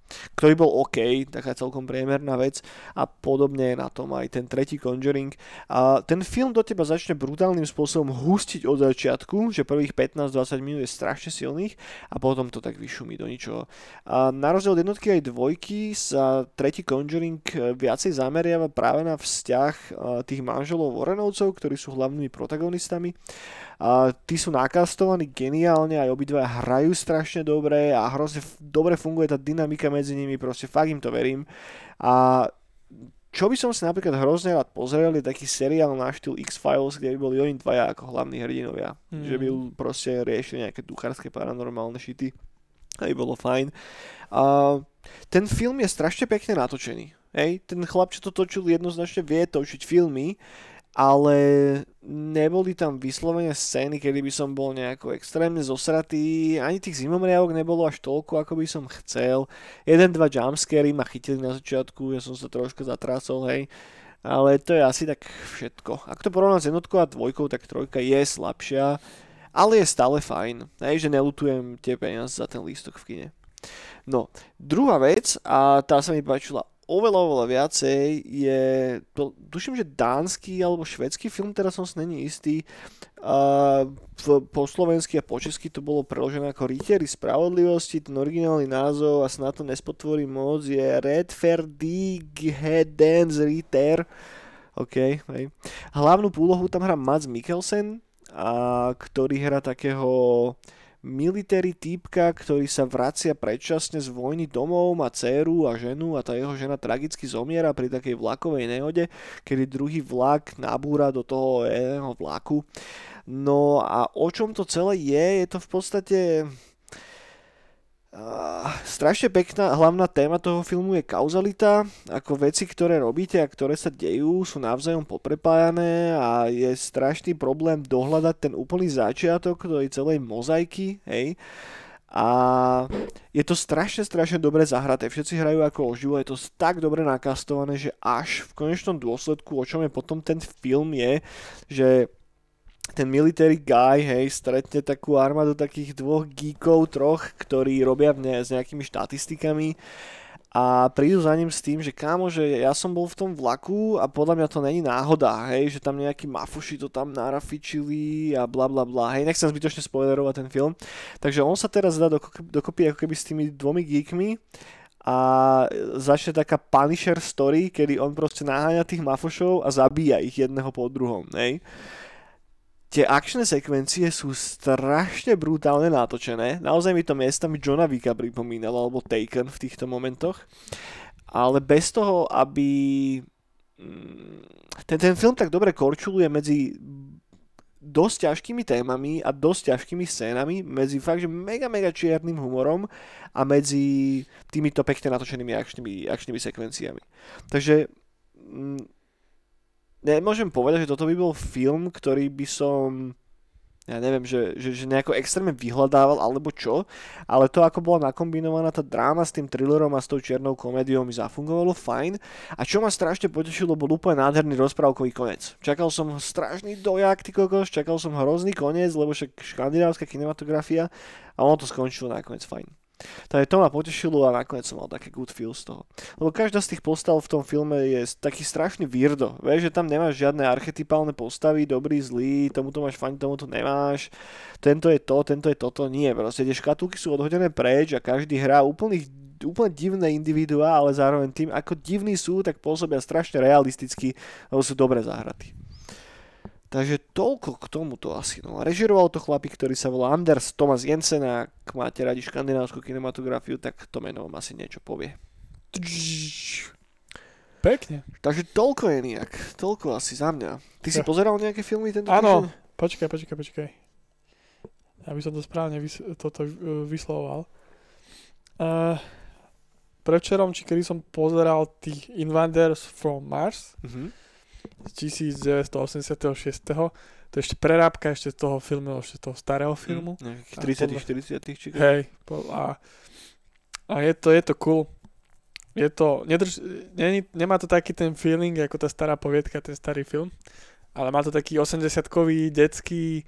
ktorý bol OK, taká celkom priemerná vec a podobne je na tom aj ten tretí Conjuring. A ten film do teba začne brutálnym spôsobom hustiť od začiatku, že prvých 15-20 minút je strašne silných a potom to tak vyšumí do ničoho. A na rozdiel od jednotky aj dvojky sa tretí Conjuring viacej zameriava práve na vzťah tých manželov Warrenovcov, ktorí sú hlavnými protagonistami. A tí sú nakastovaní geniálne, aj obidva hrajú strašne dobre a hrozne dobre funguje tá dynamika medzi nimi, proste fakt im to verím. A čo by som si napríklad hrozne rád pozrel, je taký seriál na štýl X-Files, kde by boli oni dvaja ako hlavní hrdinovia. Že by proste riešili nejaké duchárske paranormálne šity. Aj bolo fajn. A ten film je strašne pekne natočený. Hej? Ten chlap, čo to točil, jednoznačne vie točiť filmy, ale neboli tam vyslovene scény, kedy by som bol nejako extrémne zosratý, ani tých zimomriavok nebolo až toľko, ako by som chcel. 1-2 jumpscary ma chytili na začiatku, ja som sa trošku zatrásol, hej. Ale to je asi tak všetko. Ak to porovnám s jednotkou a dvojkou, tak trojka je slabšia, ale je stále fajn, hej, že nelutujem tie peniaze za ten lístok v kine. No, druhá vec, a tá sa mi páčila oveľa viacej, je, tuším, že dánsky alebo švédsky film, teraz som si není istý, po slovensky a po česky to bolo preložené ako Rytieri spravodlivosti, ten originálny názov a snad to nespotvorí moc, je Retfærdighedens Ritter. OK, hej. Hlavnú úlohu tam hrá Mads Mikkelsen, ktorý hrá takého military týpka, ktorý sa vracia predčasne z vojny domov, má dcéru a ženu a tá jeho žena tragicky zomiera pri takej vlakovej nehode, kedy druhý vlak nabúra do toho jedného vlaku. No a o čom to celé je to v podstate strašne pekná hlavná téma toho filmu je kauzalita, ako veci, ktoré robíte a ktoré sa dejú, sú navzájom poprepájané a je strašný problém dohľadať ten úplný začiatok tej celej mozaiky, hej. A je to strašne dobre zahraté, všetci hrajú ako oživo, je to tak dobre nakastované, že až v konečnom dôsledku, o čom je potom ten film je, že ten military guy, hej, stretne takú armádu takých dvoch geekov, troch, ktorí robia s nejakými štatistikami a prídu za ním s tým, že kámo, že ja som bol v tom vlaku a podľa mňa to není náhoda, hej, že tam nejakí mafuši to tam narafičili a bla bla bla, hej, nechcem zbytočne spoilerovať ten film. Takže on sa teraz dá dokopy ako keby s tými dvomi geekmi a začne taká Punisher story, kedy on proste naháňa tých mafušov a zabíja ich jedného po druhom, hej. Tie akčné sekvencie sú strašne brutálne natočené. Naozaj mi to miestami Johna Wicka pripomínalo, alebo Taken v týchto momentoch. Ale bez toho, aby ten film tak dobre korčuluje medzi dosť ťažkými témami a dosť ťažkými scénami, medzi fakt, že mega čiernym humorom a medzi týmito pekne natočenými akčnými sekvenciami. Takže nemôžem povedať, že toto by bol film, ktorý by som, ja neviem, že nejako extrémne vyhľadával alebo čo, ale to, ako bola nakombinovaná tá dráma s tým thrillerom a s tou čiernou komédiou mi zafungovalo fajn. A čo ma strašne potešilo, bol úplne nádherný rozprávkový koniec. Čakal som strašný dojak, ty kokos, čakal som hrozný koniec, lebo však škandinávska kinematografia a ono to skončilo nakoniec fajn. Takže to ma potešilo a nakoniec som mal také good feel z toho. Lebo každá z tých postav v tom filme je taký strašný weirdo. Vieš, že tam nemáš žiadne archetypálne postavy, dobrý, zlý, tomuto máš fajn, tomuto nemáš. Tento je to, tento je toto. Nie, proste tie škatulky sú odhodené preč a každý hrá úplne divné individuá, ale zároveň tým, ako divní sú, tak pôsobia strašne realisticky, lebo sú dobre zahratí. Takže toľko k tomuto asi. No. Režiroval to chlapík, ktorý sa volá Anders Thomas Jensen a ak máte radi škandinávsku kinematografiu, tak to meno vám asi niečo povie. Pekne. Takže toľko je nejak. Toľko asi za mňa. Ty si pozeral nejaké filmy tento týždeň? Áno. Počkaj. Ja by som to správne vyslovoval. Prevčerom, či kedy som pozeral tých Invaders from Mars, z 1986. To je ešte prerábka ešte z toho filmu, ešte z toho starého filmu. 30-40 či čo? Hej. A je to cool. Je to, nemá to taký ten feeling, ako tá stará poviedka, ten starý film, ale má to taký 80-kový, detský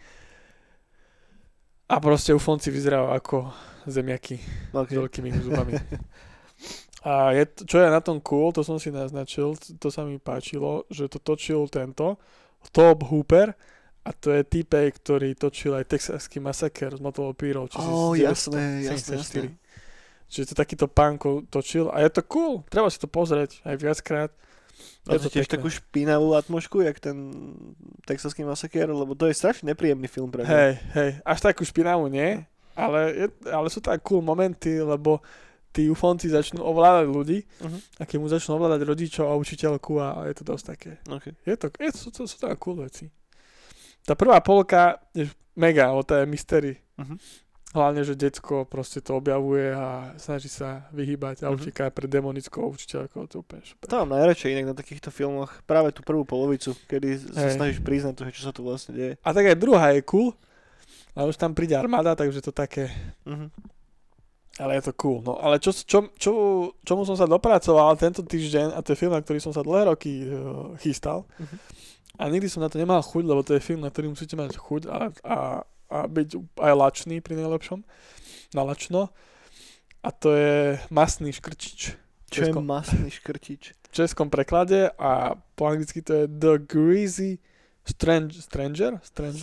a proste ufonci vyzerajú ako zemiaky s veľkými zubami. A čo je na tom cool, to som si naznačil, to sa mi páčilo, že to točil tento Tobe Hooper a to je týpek, ktorý točil aj Texaský masaker z Motovou pírou, jasné. Čiže to takýto pánko točil a je to cool, treba si to pozrieť aj viackrát. Je to tiež takú špinavú atmošku, jak ten Texaský masaker, lebo to je strašne nepríjemný film pre mňa. Hej, až takú špinavú nie, ale sú tam cool momenty, lebo tí ufonci začnú ovládať ľudí a keď mu začnú ovládať rodičov a učiteľku a je to dosť také. Okay. Sú tam cool veci. Tá prvá polka je mega, o to je mystery. Hlavne, že decko proste to objavuje a snaží sa vyhýbať a utíka pred demonickou učiteľkou. To úplne super. To mám najradšej inak na takýchto filmoch. Práve tú prvú polovicu, kedy sa snažíš priznať toho, čo sa tu vlastne deje. A tak aj druhá je cool, ale už tam príde armáda, takže to také... Ale je to cool. No, ale čomu som sa dopracoval tento týždeň, a to je film, na ktorý som sa dlhé roky chystal, a nikdy som na to nemal chuť, lebo to je film, na ktorý musíte mať chuť a byť aj lačný pri najlepšom. Nalačno. A to je Masný škrčič. Čo je Masný škrčič? V českom preklade a po anglicky to je The Greasy Strangler.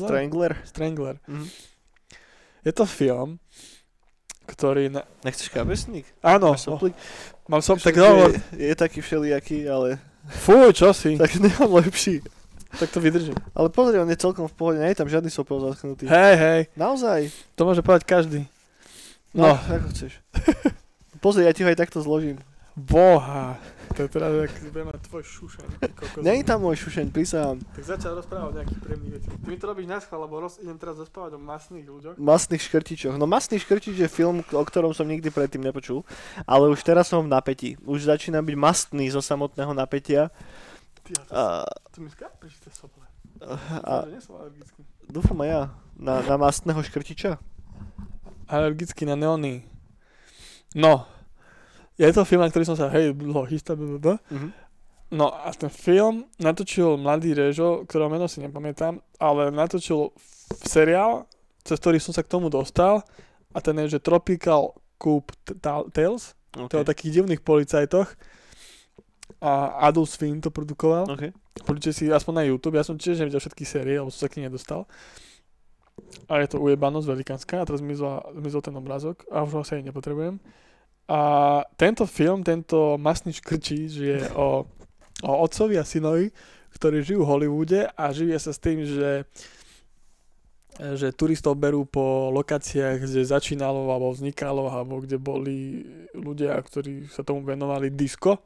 Je to film, ktorý... Nechceš kapesník? Áno. Mám som tak hovor. Je taký všelijaký, ale... Fuj, čo si? Tak nemám lepší. Tak to vydržím. Ale pozri, on je celkom v pohode, nie je tam žiadny sopel zatknutý. Hej. Naozaj. To môže povedať každý. No. Ako chceš. Pozri, ja ti ho aj takto zložím. Boha. To je teda, jak budem mať tvoj šušeň. Nie je tam môj šušeň, prisahám. Tak začal rozprávať o nejakých príjemných veci. Ty mi to robíš naschvál, lebo idem teraz rozprávať o masných ľuďoch. Masných škrtičoch. No Masný škrtič je film, o ktorom som nikdy predtým nepočul, ale už teraz som v napätí. Už začínam byť mastný zo samotného napätia. To mi skápeš, tie sople. Nie som alergický. Dúfam aj ja. Na mastného škrtiča? Alergický na neony. No. Je to film, na ktorý som sa dlho chystal. No a ten film natočil mladý režo, ktorého meno si nepamätám, ale natočil seriál, cez ktorý som sa k tomu dostal a ten je, že Tropical Coupe Tales. To je o takých divných policajtoch. A Adult Swim to produkoval. Poďte si aspoň na YouTube. Ja som tiež nevidel všetky série, lebo som sa k nej nedostal. A je to ujebanosť velikánska. A teraz zmizol ten obrázok a už ho asi aj nepotrebujem. A tento film, tento Masný škrčič je o otcovi a synovi, ktorí žijú v Hollywoode a živia sa s tým, že turistov berú po lokáciách, kde začínalo alebo vznikalo, alebo kde boli ľudia, ktorí sa tomu venovali disco.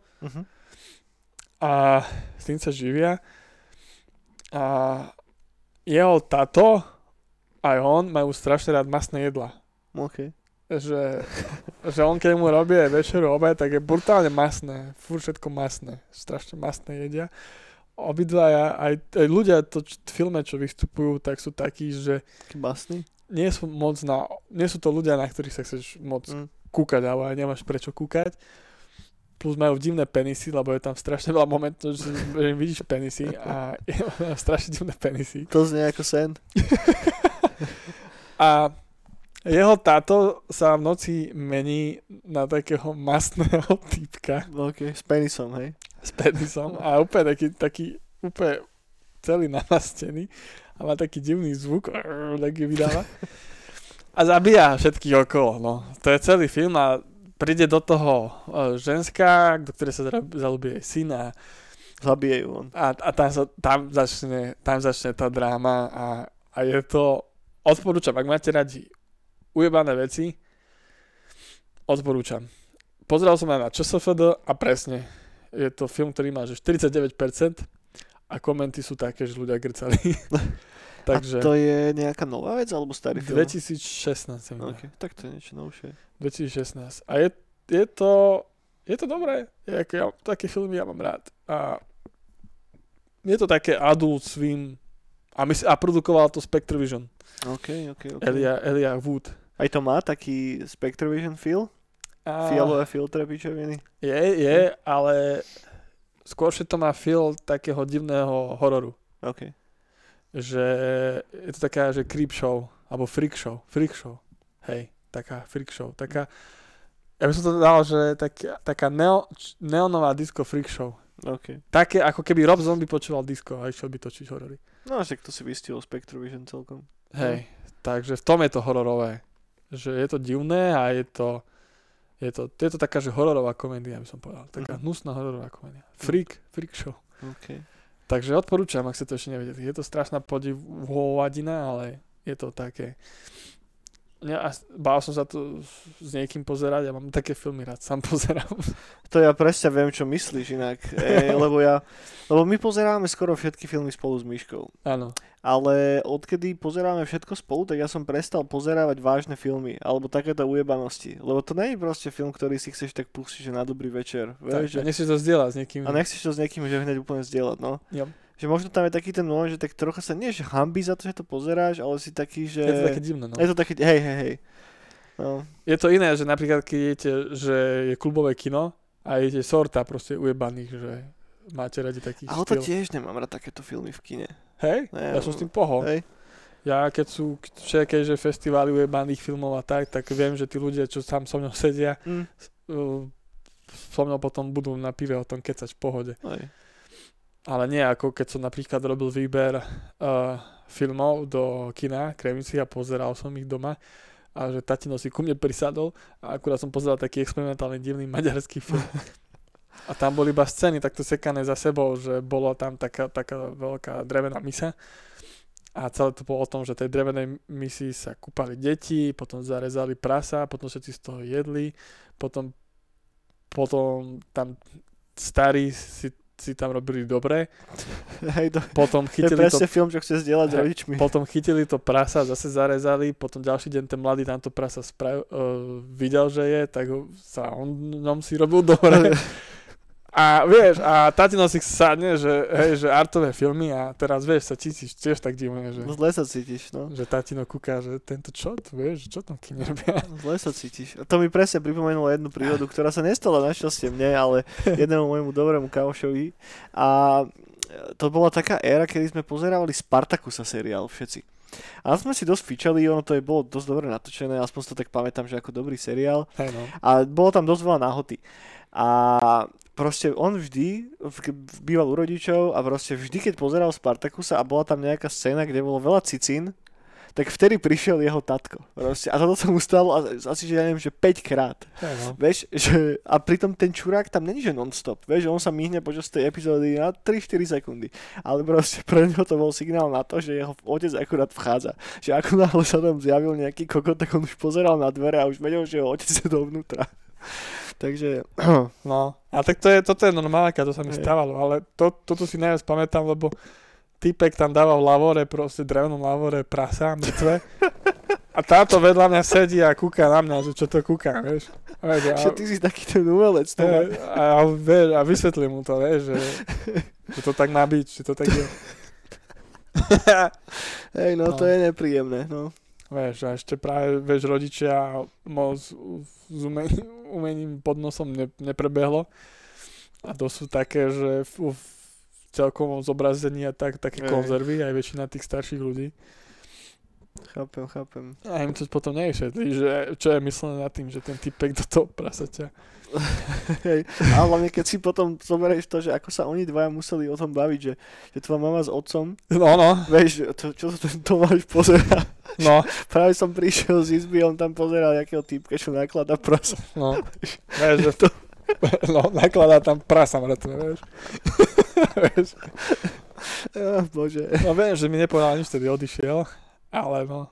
A s tým sa živia. A jeho tato aj on majú strašne rád masné jedlá. Že on keď mu robí aj večeru, obed, tak je brutálne masné. Furt všetko masné. Strašne masné jedia. Obidvaja, aj ľudia v filme, čo vystupujú, tak sú takí, že masní? Nie sú to ľudia, na ktorých sa chceš moc kúkať, ale nemáš prečo kúkať. Plus majú divné penisy, lebo je tam strašne veľa momentov, že vidíš penisy a majú strašne divné penisy. To znie ako sen. A jeho táto sa v noci mení na takého mastného typka. S penisom, hej? S penisom a úplne taký úplne celý namastený a má taký divný zvuk, taký vydáva. A zabíja všetkých okolo, no. To je celý film a príde do toho ženská, do ktorej sa zaľúbi jej syn a zabije ju on. A tam začne tá dráma a je to, odporúčam, ak máte radi ujebané veci, odporúčam. Pozrel som aj na ČSFD a presne, je to film, ktorý má že 49% a komenty sú také, že ľudia grcali. Takže, a to je nejaká nová vec alebo starý film? 2016. Tak to je niečo novšie. 2016. A je to dobré. Také filmy ja mám rád. A je to také Adult Swim a produkoval to Spectrevision. OK. Elijah Wood. Aj to má taký Spectrevision feel? Fialové filtre, pičoviny? Je, ale skôr to má feel takého divného hororu. OK. Že je to taká, že creep show, alebo freak show. Hej, taká freak show. Taká, Ja by som to dal, že taká neonová disco freak show. Okay. Také, ako keby Rob Zombie počúval disco a išiel by točiť horory. No však to si vystihol Spectrovision celkom. Hej, takže v tom je to hororové. Že je to divné a je to taká, že hororová komédia, by som povedal. Taká hnusná hororová komédia. Freak show. Okay. Takže odporúčam, ak ste to ešte nevedeli. Je to strašná podivovadina, ale je to také... Ja bál som sa to s niekým pozerať a mám také filmy rád, sám pozerám. To ja presne viem, čo myslíš inak. Lebo my pozeráme skoro všetky filmy spolu s Myškou. Áno. Ale odkedy pozeráme všetko spolu, tak ja som prestal pozerávať vážne filmy, alebo takéto ujebanosti. Lebo to nie je proste film, ktorý si chceš tak pustiť, že na dobrý večer. Tak, a nechceš to zdieľať s niekým. A nechceš to s niekým, že hneď úplne zdieľať, no. Yep. Že možno tam je taký ten moment, že tak trocha sa nie, že hanbí za to, že to pozeráš, ale si taký, že... Je to také divné, no. Je to také, hej. No. Je to iné, že napríklad keď idete, že je klubové kino a idete sorta proste ujebaných, že máte radi taký ale štýl. to tiež nemám rád takéto filmy v kine. Hej? Ne, Ja som s tým pohol. Hej. Ja keď sú všetké, že festivály ujebaných filmov a tak viem, že tí ľudia, čo tam so mnou sedia, so mnou potom budú na pive o tom kecať v pohode. Hej. Ale nie ako keď som napríklad robil výber filmov do kina Kremnici a pozeral som ich doma a že tatino si ku mne prisadol a akurát som pozeral taký experimentálny divný maďarský film. A tam boli iba scény takto sekané za sebou, že bolo tam taká veľká drevená misa a celé to bolo o tom, že tej drevenej misii sa kúpali deti, potom zarezali prasa, potom všetci z toho jedli, potom tam starí si tam robili dobre. Hej, potom chytili to je presne film, čo chce zdieľať s rodičmi. Potom chytili to prasa, zase zarezali, potom ďalší deň ten mladý tam to prasa videl, že je, tak sa on si robil dobre. A vieš, a tatino si sadne, že artové filmy a teraz vieš, sa cítiš tiež tak divne, že... Zle sa cítiš, no. Že tatino kúka, že tento čo, vieš, čo tam kým robia. Zle sa cítiš. A to mi presne pripomenulo jednu príhodu, ktorá sa nestala našťastie mne, ale jednému môjmu dobrému kamošovi. A to bola taká éra, kedy sme pozerávali Spartakusa seriál všetci. A sme si dosť fičali, ono to bolo dosť dobre natočené, aspoň si to tak pamätám, že ako dobrý seriál. Hey no. A bolo tam dosť veľa náhoty. A proste on vždy býval u rodičov a proste vždy, keď pozeral Spartakusa a bola tam nejaká scéna, kde bolo veľa cicín, tak vtedy prišiel jeho tatko. Proste. A toto sa mu stalo asi, že ja neviem, že 5 krát. No. Vieš, že, a pritom ten čurák tam není, že non-stop. Vieš, že on sa myhne počas tej epizódy na 3-4 sekundy. Ale proste pre neho to bol signál na to, že jeho otec akurát vchádza. Že ako náhle sa tam zjavil nejaký kokot, tak on už pozeral na dvere a už vedel, že jeho otec je dovnútra. Takže... No, a tak toto je normálka, to sa mi stávalo, ale toto si najviac pamätám, lebo týpek tam dával v lavore, proste drevenom lavore prasa, mŕtve. A táto vedľa mňa sedí a kúka na mňa, že čo to kúka, vieš. Že ty si taký ten umelec. A vysvetlím mu to, vieš, že to tak má byť, že to tak je. Hej, no to je nepríjemné, no. Vieš, a ešte práve, vieš, rodičia s umením pod nosom neprebehlo. A to sú také, že v celkovom zobrazení a také konzervy, aj väčšina tých starších ľudí. Chápem. A im to potom nevysvetlí, že čo je myslené nad tým, že ten typek do toho prasaťa. Hej, a hlavne keď si potom zoberieš to, že ako sa oni dvaja museli o tom baviť, že tvoja mama s otcom, no. Vieš, čo ten Tomáš pozerá. No. Práve som prišiel z izby, on tam pozeral jakého typka, čo nakladá prasa. No, vieš, že to... No, nakladá tam prasa mŕtve, vieš. Vieš. Bože. No viem, že mi nepovedal nič, tedy odišiel, ale no.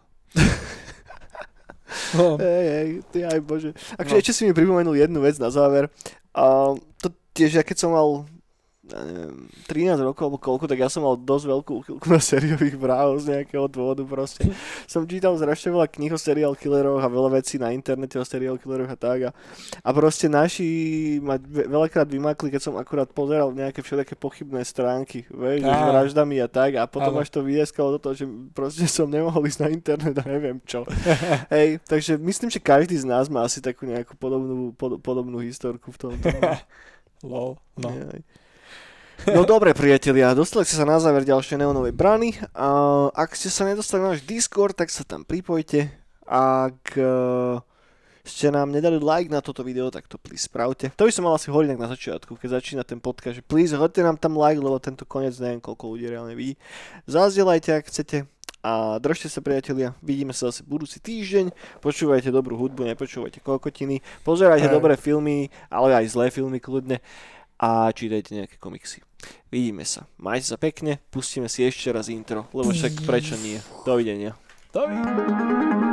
No. Hej, ty aj bože. Akože ešte si mi pripomenul jednu vec na záver. To tiež, ja keď som mal 13 rokov alebo koľko, tak ja som mal dosť veľkú úchylku na sériových vrahov z nejakého dôvodu proste. Som čítal strašne veľa kníh o serial killeroch a veľa vecí na internete o serial killeroch a tak. A proste naši ma veľakrát vymakli, keď som akurát pozeral nejaké všelijaké pochybné stránky, vieš, s vraždami a tak. A potom až to vyjeskalo do toho, že proste som nemohol ísť na internet a neviem čo. Hej, takže myslím, že každý z nás má asi takú nejakú podobnú historku v tomto. Lol, no. No dobre, priatelia, dostali ste sa na záver ďalšej Neonovej brány. Ak ste sa nedostali na náš Discord, tak sa tam pripojte. Ak ste nám nedali like na toto video, tak to please spravte. To by som mal asi hovoriť na začiatku, keď začína ten podcast, že please hoďte nám tam like, lebo tento koniec neviem, koľko ľudí reálne vidí. Zazdieľajte, ak chcete. A držte sa, priatelia, vidíme sa zase budúci týždeň, počúvajte dobrú hudbu, nepočúvajte kokotiny, pozerajte dobré filmy, ale aj zlé filmy kľudne a čítajte nejaké komiksy. Vidíme sa, majte sa pekne, pustíme si ešte raz intro, lebo však prečo nie. Dovidenia. Dovidenia.